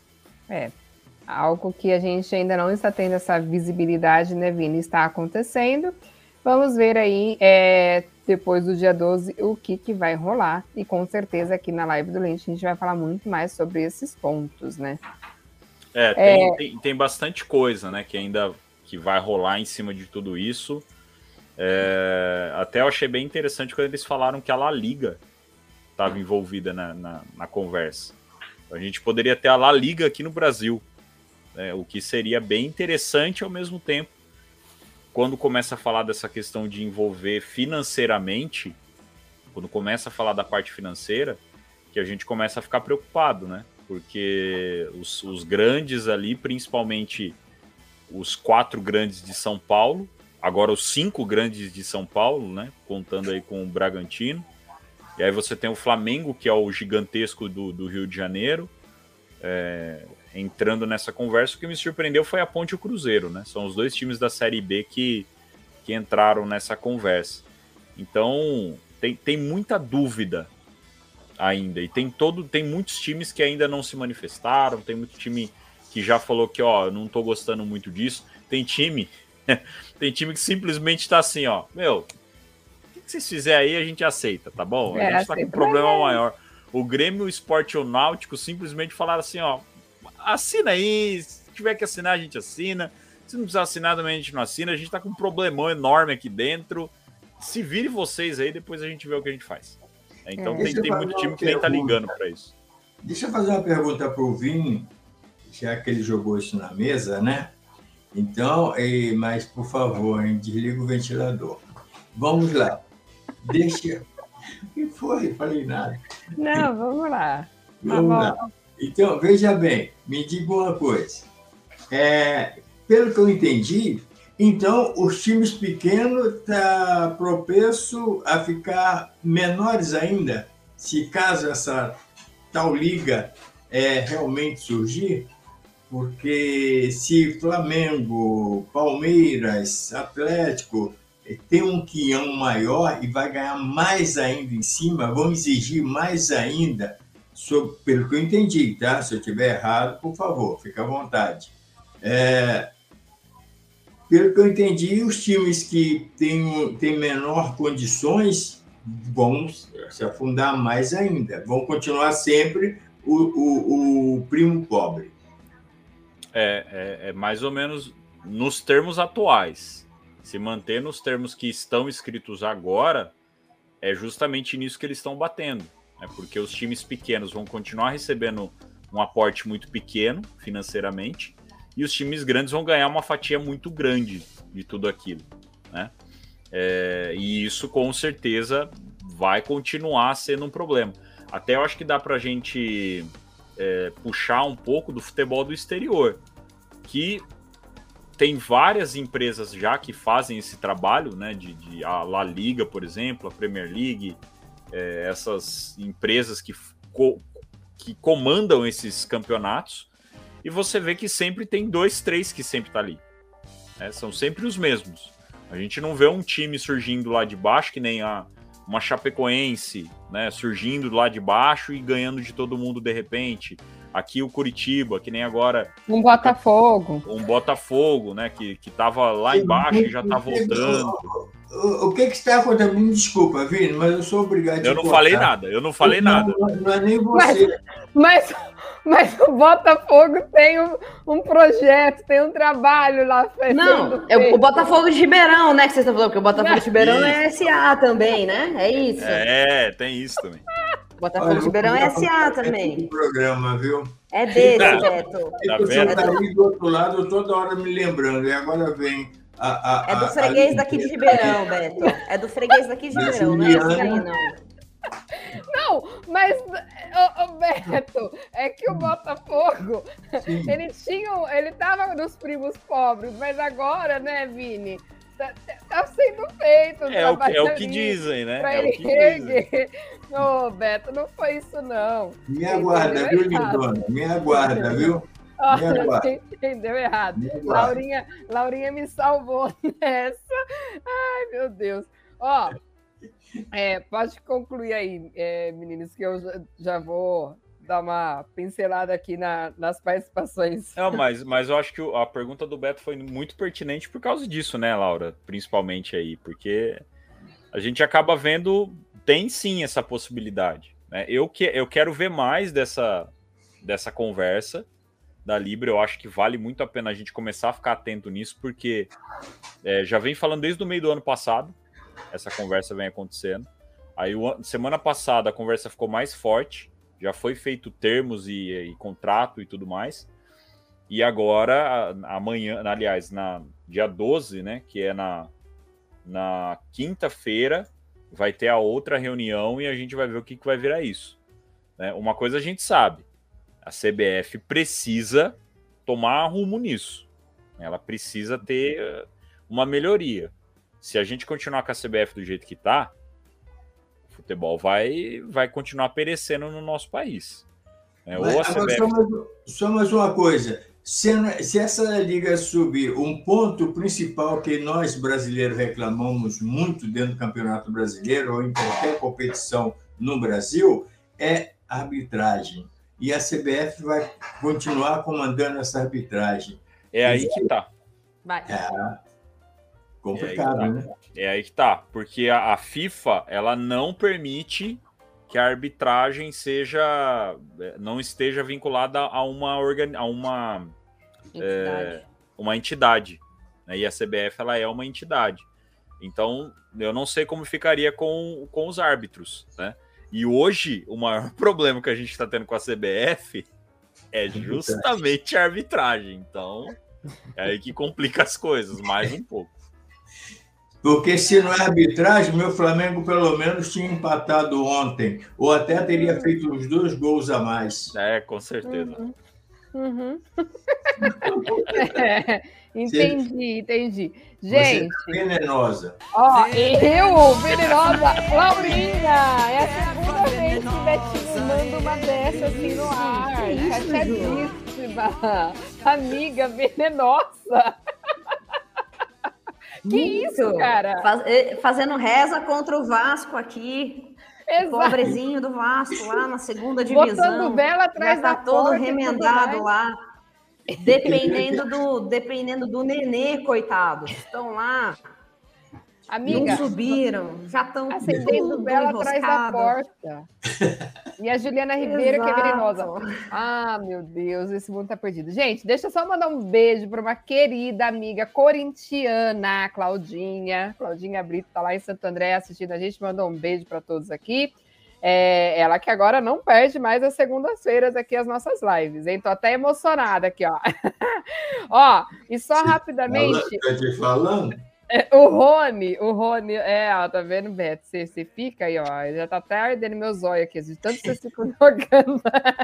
Algo que a gente ainda não está tendo essa visibilidade, né, Vini? Está acontecendo. Vamos ver aí, depois do dia 12, o que vai rolar. E com certeza aqui na live do Lente a gente vai falar muito mais sobre esses pontos, né? Tem bastante coisa, né, que vai rolar em cima de tudo isso. Até eu achei bem interessante quando eles falaram que a La Liga estava envolvida na conversa. A gente poderia ter a La Liga aqui no Brasil, né, o que seria bem interessante ao mesmo tempo. Quando começa a falar dessa questão de envolver financeiramente, quando começa a falar da parte financeira, que a gente começa a ficar preocupado, né? Porque os grandes ali, principalmente os 4 grandes de São Paulo, agora os 5 grandes de São Paulo, né? Contando aí com o Bragantino. E aí você tem o Flamengo, que é o gigantesco do Rio de Janeiro, entrando nessa conversa. O que me surpreendeu foi a Ponte e o Cruzeiro, né? São os 2 times da Série B que entraram nessa conversa. Então, tem muita dúvida ainda. E tem muitos times que ainda não se manifestaram, tem muito time que já falou que, eu não tô gostando muito disso. Tem time que simplesmente está assim, meu, o que vocês fizerem aí a gente aceita, tá bom? A gente tá com um problema maior. O Grêmio, o Sport e o Náutico simplesmente falaram assim, assina aí, se tiver que assinar a gente assina, se não precisar assinar também a gente não assina, a gente tá com um problemão enorme aqui dentro se vire vocês aí, depois a gente vê o que a gente faz. Então tem muito time que nem tá ligando para isso. Deixa eu fazer uma pergunta para o Vini, já que ele jogou isso na mesa, né? Então, mas por favor, desliga o ventilador. Vamos lá. Deixa. O que foi? Falei nada. Não, vamos lá. Vamos lá. Então, veja bem, me diga uma coisa. Pelo que eu entendi, então os times pequenos estão propensos a ficar menores ainda, se caso essa tal liga realmente surgir, porque se Flamengo, Palmeiras, Atlético tem um quinhão maior e vai ganhar mais ainda em cima, vão exigir mais ainda, pelo que eu entendi, tá? Se eu estiver errado, por favor, fique à vontade. Pelo que eu entendi, os times que têm menor condições vão se afundar mais ainda, vão continuar sempre o primo pobre. É mais ou menos nos termos atuais. Se manter nos termos que estão escritos agora, é justamente nisso que eles estão batendo. Porque os times pequenos vão continuar recebendo um aporte muito pequeno financeiramente, e os times grandes vão ganhar uma fatia muito grande de tudo aquilo, né? E isso com certeza vai continuar sendo um problema. Até eu acho que dá para a gente puxar um pouco do futebol do exterior, que tem várias empresas já que fazem esse trabalho, né? De a La Liga, por exemplo, a Premier League, essas empresas que comandam esses campeonatos, e você vê que sempre tem 2, 3 que sempre tá ali. São sempre os mesmos. A gente não vê um time surgindo lá de baixo, que nem uma Chapecoense, né, surgindo lá de baixo e ganhando de todo mundo de repente. Aqui o Curitiba, que nem agora... Um Botafogo. Um Botafogo, né, que tava lá embaixo e já tá voltando. O que está acontecendo? Me desculpa, Vini, mas eu sou obrigado a Eu não falei nada, Não é nem você. Mas o Botafogo tem um projeto, tem um trabalho lá. Não, é o Botafogo de Ribeirão, né, que vocês estão falando, porque o Botafogo de Ribeirão é SA também, né? É isso. Tem isso também. O Botafogo de Ribeirão é SA também. É programa, viu? É desse, Beto. O senhor está aí do outro lado toda hora me lembrando, e agora vem... É do freguês daqui de Ribeirão, Beto. É do freguês daqui de Ribeirão, não é esse aí, não. Não, mas, Beto, é que o Botafogo, ele tava nos primos pobres, mas agora, né, Vini, tá sendo feito. É o que dizem, né? Pra ele erguer. Ô, Beto, não foi isso, não. Me aguarda, viu, lindona? Me aguarda, viu? Você entendeu errado. Laurinha me salvou nessa. Ai, meu Deus. Pode concluir aí, meninos, que eu já vou dar uma pincelada aqui nas participações. Não, mas eu acho que a pergunta do Beto foi muito pertinente por causa disso, né, Laura? Principalmente aí, porque a gente acaba vendo, tem sim essa possibilidade, né? Eu quero ver mais dessa conversa da Libra. Eu acho que vale muito a pena a gente começar a ficar atento nisso, porque já vem falando desde o meio do ano passado, essa conversa vem acontecendo. Aí, semana passada, a conversa ficou mais forte, já foi feito termos e contrato e tudo mais. E agora, amanhã, aliás, dia 12, né, que é na quinta-feira, vai ter a outra reunião e a gente vai ver o que vai virar isso. Né? Uma coisa a gente sabe, a CBF precisa tomar rumo nisso. Ela precisa ter uma melhoria. Se a gente continuar com a CBF do jeito que está, o futebol vai continuar perecendo no nosso país. Ou a CBF... Só mais uma coisa. Se essa liga subir, um ponto principal que nós brasileiros reclamamos muito dentro do Campeonato Brasileiro ou em qualquer competição no Brasil é a arbitragem. E a CBF vai continuar comandando essa arbitragem. É aí que tá. Vai. Complicado, né? É aí que tá. Porque a FIFA, ela não permite que a arbitragem não esteja vinculada a uma entidade. Né? E a CBF, ela é uma entidade. Então, eu não sei como ficaria com os árbitros, né? E hoje, o maior problema que a gente está tendo com a CBF é justamente a arbitragem. Então, é aí que complica as coisas, mais um pouco. Porque se não é arbitragem, meu Flamengo pelo menos tinha empatado ontem, ou até teria feito uns 2 gols a mais. É, com certeza. Entendi. Gente. Você tá venenosa. Ó, eu, venenosa, Laurinha! É a segunda vez que o Betinho manda uma dessa assim no ar. Chateadíssima. Amiga venenosa. Que isso, cara? Fazendo reza contra o Vasco aqui. Exato. O pobrezinho do Vasco lá na segunda divisão. Botando vela atrás da todo porta, remendado lá. Dependendo do Nenê, coitados. Estão lá. Amiga, não subiram, já estão acendendo vela atrás da porta. E a Juliana Ribeiro, que é venenosa. Ah, meu Deus, esse mundo tá perdido. Gente, deixa eu só mandar um beijo para uma querida amiga corintiana, Claudinha. Claudinha Brito tá lá em Santo André assistindo a gente, mandou um beijo para todos aqui. Ela que agora não perde mais as segundas-feiras aqui as nossas lives, hein? Tô até emocionada aqui, ó. Ó, e só rapidamente... Tá te falando? O Rony, ó, tá vendo, Beto? Você fica aí, ó, já tá até ardendo meu zóio aqui, de tanto vocês ficam jogando.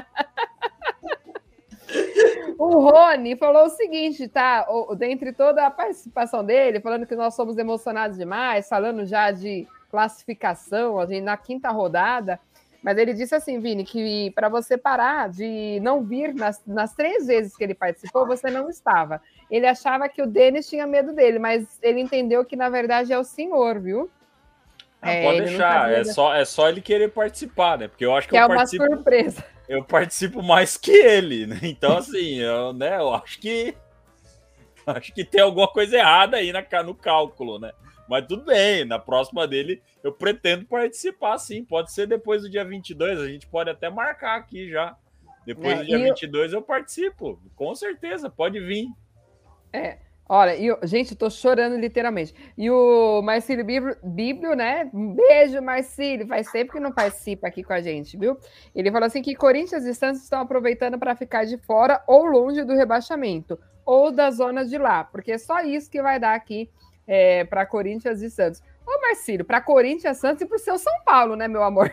O Rony falou o seguinte, tá? Dentre toda a participação dele, falando que nós somos emocionados demais, falando já de classificação, a gente, na 5ª rodada, mas ele disse assim, Vini, que para você parar de não vir nas 3 vezes que ele participou, você não estava. Ele achava que o Denis tinha medo dele, mas ele entendeu que, na verdade, é o senhor, viu? Pode deixar, é só ele querer participar, né? Porque eu acho que é uma surpresa. Eu participo mais que ele, né? Então, assim, eu acho que tem alguma coisa errada aí no cálculo, né? Mas tudo bem, na próxima dele eu pretendo participar, sim. Pode ser depois do dia 22, a gente pode até marcar aqui já. Depois do dia 22 eu participo, com certeza, pode vir. Olha, gente, eu tô chorando literalmente. E o Marcílio Bíblio, né? Um beijo, Marcílio. Faz tempo que não participa aqui com a gente, viu? Ele falou assim que Corinthians e Santos estão aproveitando para ficar de fora ou longe do rebaixamento, ou da zona de lá, porque é só isso que vai dar aqui para Corinthians e Santos. Ô, Marcílio, para Corinthians, Santos e para o seu São Paulo, né, meu amor?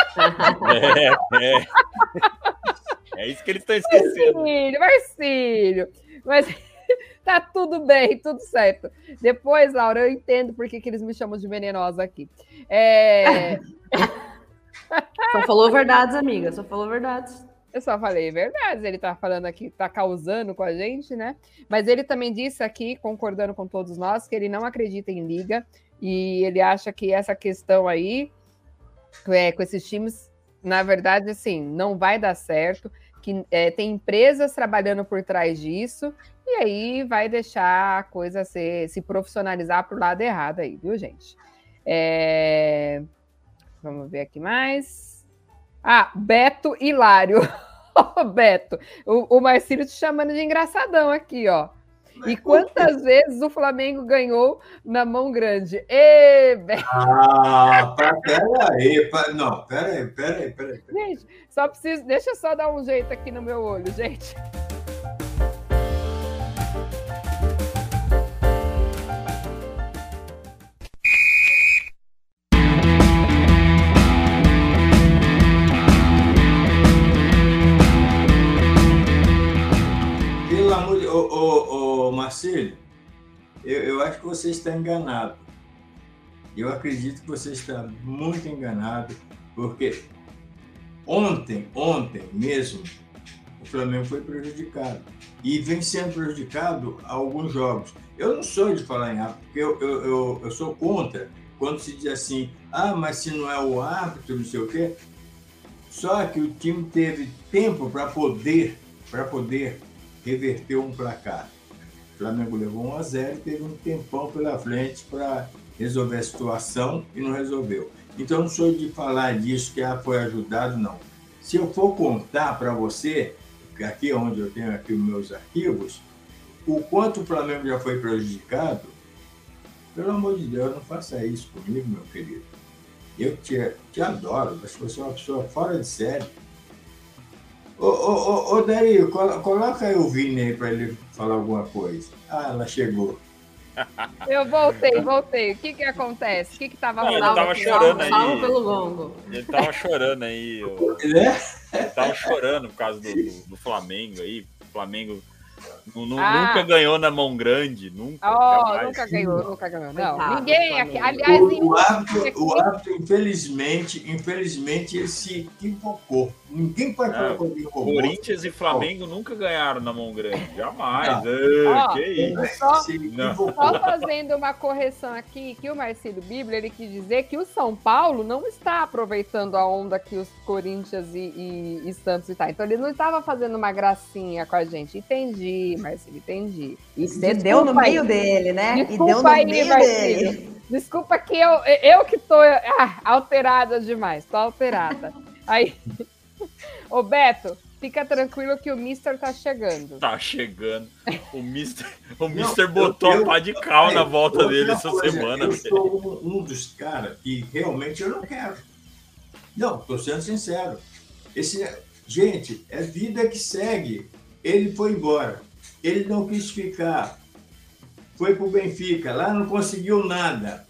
É isso que eles estão esquecendo. Marcílio. Mas tá tudo bem, tudo certo. Depois, Laura, eu entendo por que eles me chamam de venenosa aqui. Só falou verdades, amiga, só falou verdades. Eu só falei verdades, ele tá falando aqui, tá causando com a gente, né? Mas ele também disse aqui, concordando com todos nós, que ele não acredita em liga e ele acha que essa questão aí, com esses times, na verdade, assim, não vai dar certo, que tem empresas trabalhando por trás disso e aí vai deixar a coisa se profissionalizar pro lado errado aí, viu, gente? Vamos ver aqui mais. Beto Hilário. Beto, o Marcílio te chamando de engraçadão aqui, ó. E quantas vezes o Flamengo ganhou na mão grande? Beto. Peraí. Não, peraí. Gente, deixa eu só dar um jeito aqui no meu olho, gente. Marcílio, eu acho que você está enganado. Eu acredito que você está muito enganado, porque ontem mesmo, o Flamengo foi prejudicado. E vem sendo prejudicado há alguns jogos. Eu não sou de falar em árbitro, porque eu sou contra quando se diz assim, mas se não é o árbitro, não sei o quê. Só que o time teve tempo para poder reverter um placar. O Flamengo levou 1-0 e teve um tempão pela frente para resolver a situação e não resolveu. Então, não sou de falar disso, que foi ajudado, não. Se eu for contar para você, aqui onde eu tenho aqui os meus arquivos, o quanto o Flamengo já foi prejudicado, pelo amor de Deus, não faça isso comigo, meu querido. Eu te adoro, acho que você é uma pessoa fora de série. Ô Dario, coloca aí o Vini aí para ele falar alguma coisa. Ah, ela chegou. Eu voltei. O que acontece? O que tava rolando? Ele tava chorando aí. Salvo pelo gongo. Ele tava chorando aí. Ele tava chorando por causa do Flamengo aí. O Flamengo nunca ganhou na mão grande. Nunca ganhou. Não, Coitado, ninguém aqui. Aliás, O árbitro, infelizmente, ele se equivocou. Ninguém pode falar com ele. Corinthians e Flamengo nunca ganharam na mão grande. Jamais. Que isso? Só fazendo uma correção aqui, que o Marcílio Bíblia, ele quis dizer que o São Paulo não está aproveitando a onda que os Corinthians e Santos está. Então, ele não estava fazendo uma gracinha com a gente. Entendi, Marcílio, entendi. E você deu no meio dele, né? Desculpa aí, Marcílio. Desculpa que eu que tô alterada demais. Tô alterada. Aí, ô Beto, fica tranquilo que o Mister tá chegando. Tá chegando. O Mister botou a pá de cal na volta dele essa semana. Eu sou um dos caras que realmente eu não quero. Não, tô sendo sincero. Gente, é vida que segue. Ele foi embora. Ele não quis ficar. Foi pro Benfica. Lá não conseguiu nada.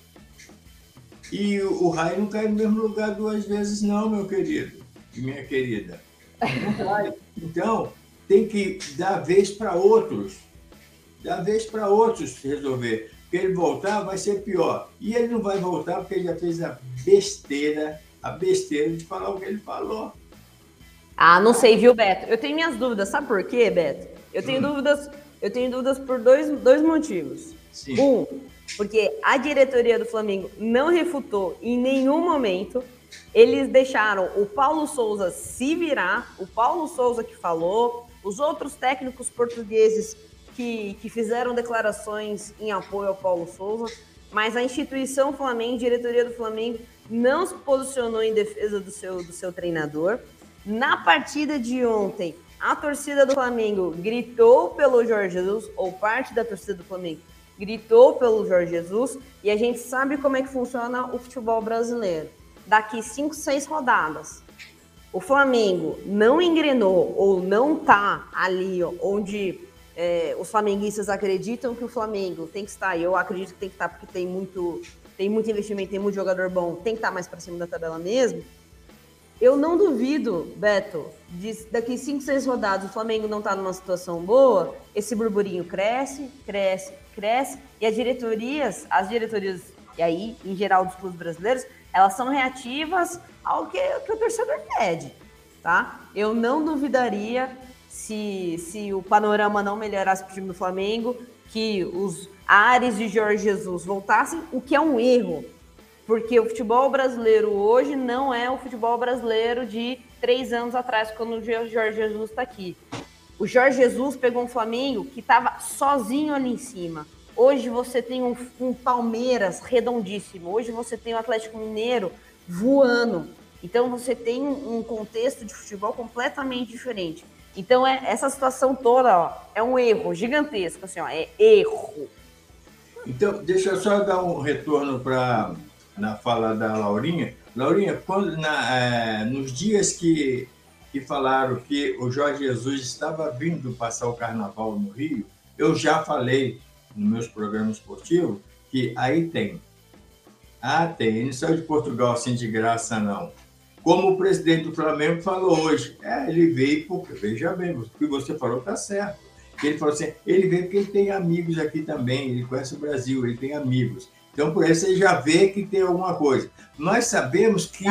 E o raio não cai no mesmo lugar 2 vezes, não, meu querido e minha querida. Não vai. Então, tem que dar vez para outros. Dar vez para outros resolver. Porque ele voltar vai ser pior. E ele não vai voltar porque ele já fez a besteira de falar o que ele falou. Ah, não sei, viu, Beto? Eu tenho minhas dúvidas. Sabe por quê, Beto? Eu tenho dúvidas por dois motivos. Sim. Porque a diretoria do Flamengo não refutou em nenhum momento. Eles deixaram o Paulo Souza se virar. O Paulo Souza que falou. Os outros técnicos portugueses que fizeram declarações em apoio ao Paulo Souza. Mas a instituição Flamengo, a diretoria do Flamengo, não se posicionou em defesa do seu treinador. Na partida de ontem, a torcida do Flamengo gritou pelo Jorge Jesus, ou parte da torcida do Flamengo gritou pelo Jorge Jesus, e a gente sabe como é que funciona o futebol brasileiro. Daqui 5, 6 rodadas, o Flamengo não engrenou ou não tá ali onde os flamenguistas acreditam que o Flamengo tem que estar, e eu acredito que tem que estar porque tem muito investimento, tem muito jogador bom, tem que estar mais para cima da tabela mesmo. Eu não duvido, Beto, daqui 5, 6 rodadas o Flamengo não tá numa situação boa, esse burburinho cresce, e as diretorias, e aí, em geral, dos clubes brasileiros, elas são reativas ao que o torcedor pede, tá? Eu não duvidaria se o panorama não melhorasse pro time do Flamengo, que os ares de Jorge Jesus voltassem, o que é um erro. Porque o futebol brasileiro hoje não é o futebol brasileiro de 3 anos atrás, quando o Jorge Jesus está aqui. O Jorge Jesus pegou um Flamengo que estava sozinho ali em cima. Hoje você tem um Palmeiras redondíssimo. Hoje você tem o Atlético Mineiro voando. Então você tem um contexto de futebol completamente diferente. Então essa situação toda é um erro gigantesco. Assim, é erro. Então, deixa eu só dar um retorno na fala da Laurinha. Laurinha, nos dias que falaram que o Jorge Jesus estava vindo passar o carnaval no Rio, eu já falei nos meus programas esportivos que aí tem. Ele não saiu de Portugal assim de graça, não. Como o presidente do Flamengo falou hoje, ele veio porque, veja bem, o que você falou está certo. Ele falou assim, ele veio porque ele tem amigos aqui também, ele conhece o Brasil, ele tem amigos. Então, por isso, você já vê que tem alguma coisa. Nós sabemos que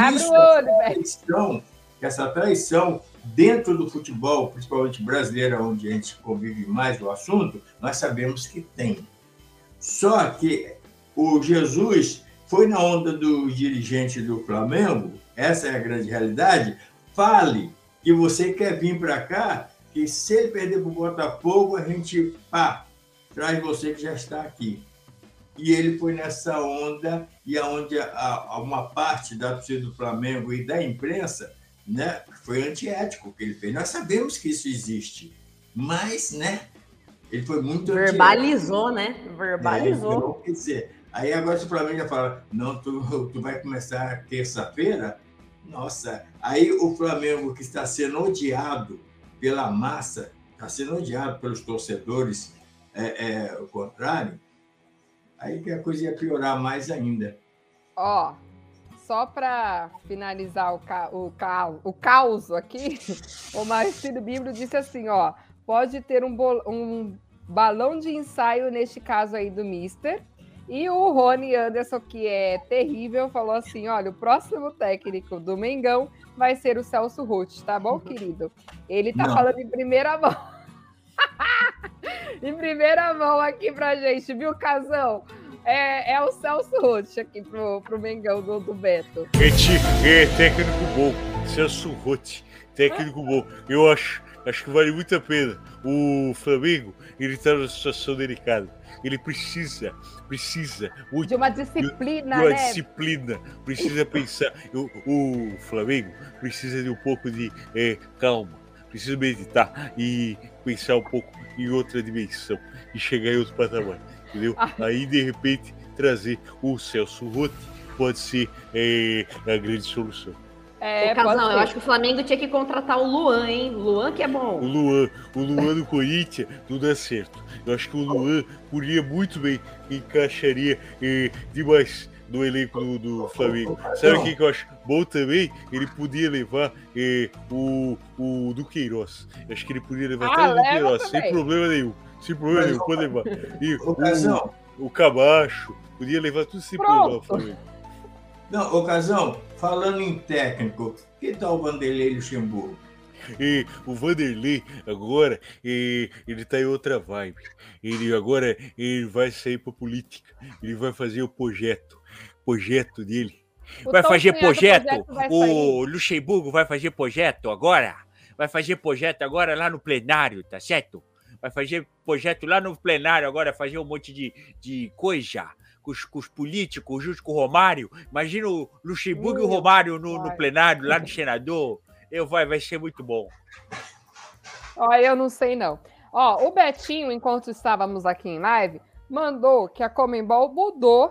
essa traição dentro do futebol, principalmente brasileiro, onde a gente convive mais o assunto, nós sabemos que tem. Só que o Jesus foi na onda dos dirigentes do Flamengo, essa é a grande realidade, fale que você quer vir para cá, que se ele perder para o Botafogo, a gente traz você que já está aqui. E ele foi nessa onda, e onde uma parte da torcida do Flamengo e da imprensa, né, foi antiético o que ele fez. Nós sabemos que isso existe, mas, né, ele foi muito verbalizou, né? Verbalizou. Então, quer dizer, Aí agora se o Flamengo já fala, não, tu vai começar terça-feira? Nossa, aí o Flamengo que está sendo odiado pela massa, está sendo odiado pelos torcedores, o contrário, aí que a coisa ia piorar mais ainda. Ó, só para finalizar o caos aqui, o Marcelo Bíblio disse assim, ó, pode ter um balão de ensaio neste caso aí do Mister. E o Rony Anderson, que é terrível, falou assim, olha, o próximo técnico do Mengão vai ser o Celso Roth, tá bom, querido? Ele tá falando em primeira mão. Em primeira mão aqui pra gente, viu, Casão? É o Celso Roth aqui pro Mengão do Beto. É técnico bom, Celso Roth, técnico bom. Eu acho que vale muito a pena. O Flamengo, ele tá numa situação delicada. Ele precisa muito, de uma disciplina, de uma né? disciplina. Precisa pensar. O Flamengo precisa de um pouco de calma. Precisa meditar e pensar um pouco em outra dimensão e chegar em outro patamar, entendeu? Aí, de repente, trazer o Celso Roth pode ser a grande solução. Casão, eu acho que o Flamengo tinha que contratar o Luan, hein? Luan que é bom. O Luan do Corinthians não dá certo. Eu acho que o Luan poderia muito bem, encaixaria demais no elenco do Flamengo. Sabe quem que eu acho bom também? Ele podia levar o Duqueiroz. Eu acho que ele podia levar até o Duqueiroz, sem problema nenhum. Sem problema nenhum, pode levar. E o Camacho, podia levar tudo sem problema o Flamengo. Não, ô Casão, falando em técnico, que tal o Vanderlei Luxemburgo? O Vanderlei agora, ele tá em outra vibe. Ele vai sair pra política. Ele vai fazer o projeto dele. Vai fazer projeto? O Luxemburgo vai fazer projeto agora? Vai fazer projeto agora lá no plenário, tá certo? Vai fazer projeto lá no plenário agora, fazer um monte de coisa. Com os políticos, junto com o Romário. Imagina o Luxemburgo e o Romário no plenário, lá no senador. Vai ser muito bom. Eu não sei, não. O Betinho, enquanto estávamos aqui em live, mandou que a Conmebol mudou,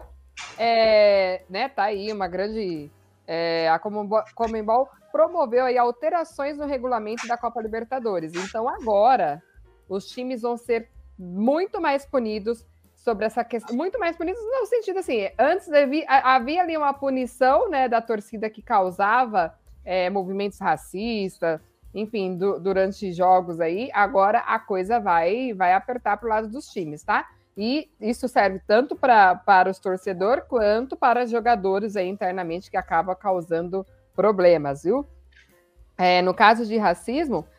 né, tá aí uma grande... a Conmebol promoveu aí alterações no regulamento da Copa Libertadores. Então, agora, os times vão ser muito mais punidos sobre essa questão, muito mais punidos no sentido assim, antes havia ali uma punição, né, da torcida que causava movimentos racistas, enfim, durante jogos aí, agora a coisa vai apertar para o lado dos times, tá? E isso serve tanto para os torcedores quanto para os jogadores aí internamente, que acaba causando problemas, viu? No caso de racismo,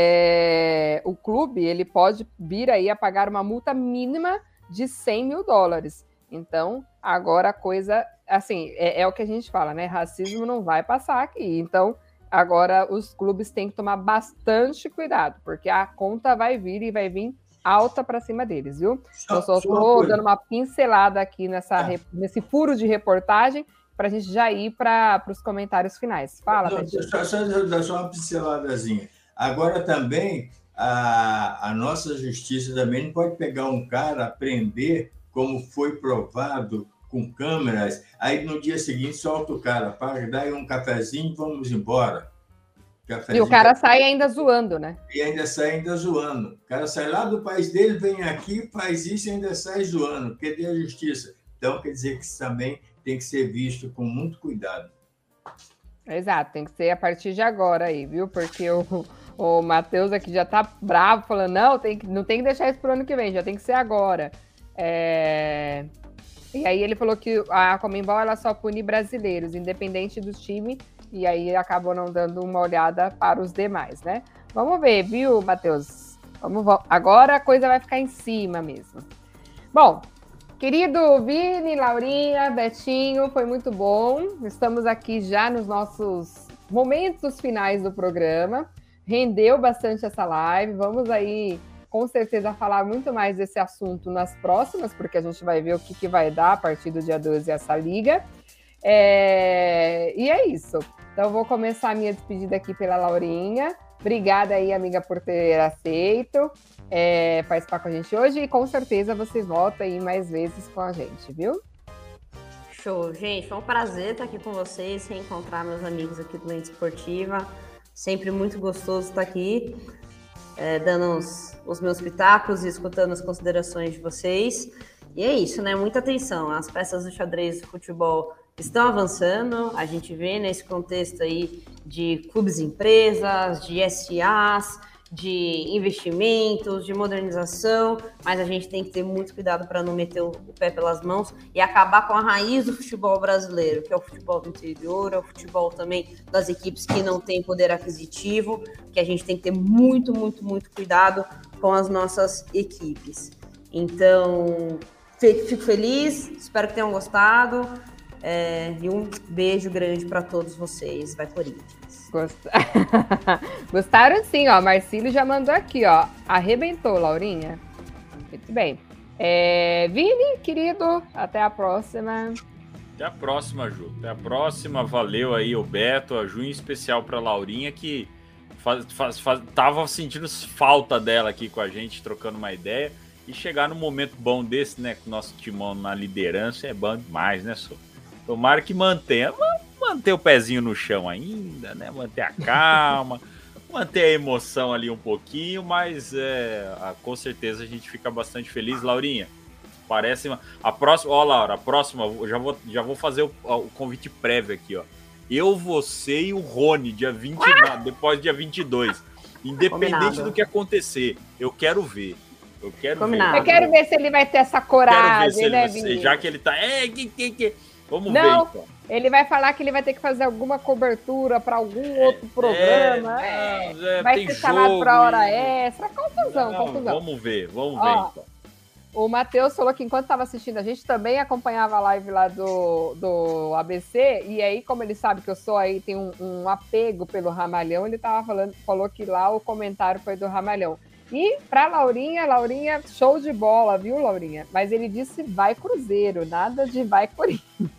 o clube ele pode vir aí a pagar uma multa mínima de $100 mil. Então, agora a coisa, assim, é o que a gente fala, né? Racismo não vai passar aqui. Então, agora os clubes têm que tomar bastante cuidado, porque a conta vai vir e vai vir alta para cima deles, viu? Eu só estou dando uma pincelada aqui nesse furo de reportagem para a gente já ir para os comentários finais. Fala, Betinho. Só uma pinceladazinha. Agora também... A nossa justiça também não pode pegar um cara, prender, como foi provado, com câmeras, aí no dia seguinte solta o cara, para dar um cafezinho e vamos embora. E o cara sai ainda zoando, né? E ainda sai zoando. O cara sai lá do país dele, vem aqui, faz isso e ainda sai zoando. Cadê a justiça? Então, quer dizer que isso também tem que ser visto com muito cuidado. Exato, tem que ser a partir de agora aí, viu? Porque o Matheus aqui já tá bravo, falando, não tem que deixar isso pro ano que vem, já tem que ser agora. E aí ele falou que a Conmebol ela só pune brasileiros, independente do time, e aí acabou não dando uma olhada para os demais, né? Vamos ver, viu, Matheus? Agora a coisa vai ficar em cima mesmo. Bom, querido Vini, Laurinha, Betinho, foi muito bom. Estamos aqui já nos nossos momentos finais do programa. Rendeu bastante essa live. Vamos aí, com certeza, falar muito mais desse assunto nas próximas, porque a gente vai ver o que vai dar a partir do dia 12 essa liga. E é isso. Então, vou começar a minha despedida aqui pela Laurinha. Obrigada aí, amiga, por ter aceito participar com a gente hoje. E com certeza você volta aí mais vezes com a gente, viu? Show, gente, foi um prazer estar aqui com vocês, reencontrar meus amigos aqui do Lente Esportiva. Sempre muito gostoso estar aqui, dando os meus pitacos e escutando as considerações de vocês. E é isso, né? Muita atenção. As peças do xadrez do futebol estão avançando. A gente vê nesse contexto aí de clubes e empresas, de SAs, de investimentos, de modernização, mas a gente tem que ter muito cuidado para não meter o pé pelas mãos e acabar com a raiz do futebol brasileiro, que é o futebol do interior, é o futebol também das equipes que não têm poder aquisitivo, que a gente tem que ter muito, muito, muito cuidado com as nossas equipes. Então, fico feliz, espero que tenham gostado, e um beijo grande para todos vocês. Vai, Corinthians! Gostaram sim, ó. Marcílio já mandou aqui, ó. Arrebentou, Laurinha. Muito bem. Vini, querido, até a próxima. Até a próxima, Ju. Até a próxima. Valeu aí o Beto, a Ju, em especial pra Laurinha, que tava sentindo falta dela aqui com a gente, trocando uma ideia. E chegar num momento bom desse, né, com o nosso timão na liderança, é bom demais, né, Sô? Tomara que manter o pezinho no chão ainda, né? Manter a calma, manter a emoção ali um pouquinho, mas com certeza a gente fica bastante feliz. Laurinha, parece a próxima, ó, Laura, a próxima, já vou fazer o convite prévio aqui, ó. Eu, você e o Rony, depois dia 22. Independente Combinado. do que acontecer, eu quero ver. Eu quero Combinado. Eu quero ver se ele vai ter essa coragem, né, Vini? Já que ele tá. Vamos ver, Não, então. ele vai falar que ele vai ter que fazer alguma cobertura para algum outro programa. Vai ser chamado para hora extra. Confusão. Vamos ver então. O Matheus falou que enquanto estava assistindo, a gente também acompanhava a live lá do ABC, e aí, como ele sabe que eu sou aí, tem um apego pelo Ramalhão, ele falou que lá o comentário foi do Ramalhão. E para Laurinha, show de bola, viu, Laurinha? Mas ele disse vai Cruzeiro, nada de vai Corinthians.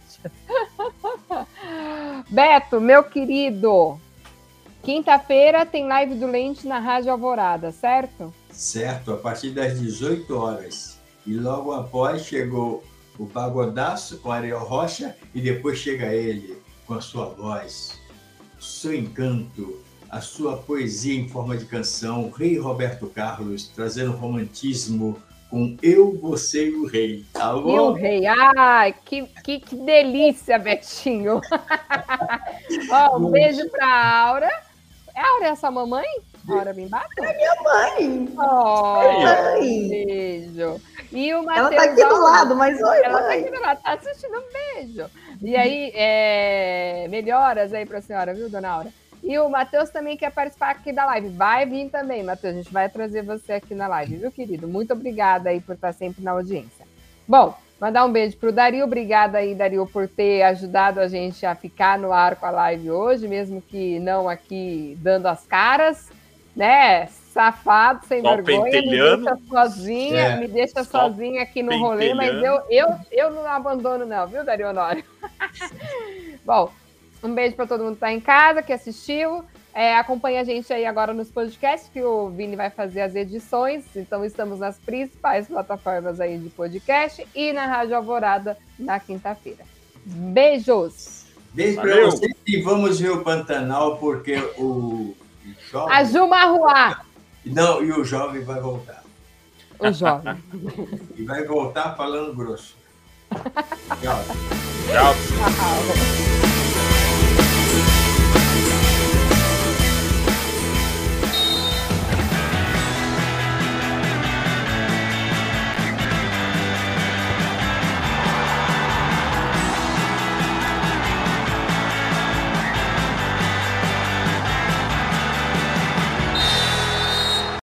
Beto, meu querido, quinta-feira tem live do Lente na Rádio Alvorada, certo? Certo, a partir das 18 horas. E logo após chegou o Pagodaço com Ariel Rocha e depois chega ele com a sua voz, o seu encanto, a sua poesia em forma de canção, o Rei Roberto Carlos, trazendo romantismo com Eu, Você e o Rei. Tá bom? E o Rei, ai, que delícia, Betinho. Ó, um beijo pra Aura. A Aura é a sua mamãe? A Aura Bimbato? É minha mãe! Um beijo. E o Matheus, ela tá aqui do lado, mas oi, ela mãe. tá aqui do lado, tá assistindo, um beijo. E aí, melhoras aí pra senhora, viu, dona Aura? E o Matheus também quer participar aqui da live. Vai vir também, Matheus. A gente vai trazer você aqui na live, viu, querido? Muito obrigada aí por estar sempre na audiência. Bom, mandar um beijo pro Dario. Obrigada aí, Dario, por ter ajudado a gente a ficar no ar com a live hoje, mesmo que não aqui dando as caras, né? Safado, sem Só vergonha. pentelhando. Me deixa sozinha aqui no rolê, mas eu não abandono não, viu, Dario Honório? Bom, um beijo para todo mundo que tá em casa, que assistiu. Acompanha a gente aí agora nos podcasts, que o Vini vai fazer as edições. Então, estamos nas principais plataformas aí de podcast e na Rádio Alvorada na quinta-feira. Beijos! Beijo para vocês e vamos ver o Pantanal, porque o jovem... A Ju Marruá! Não, e o jovem vai voltar. O jovem. E vai voltar falando grosso. Tchau. Tchau. Tchau.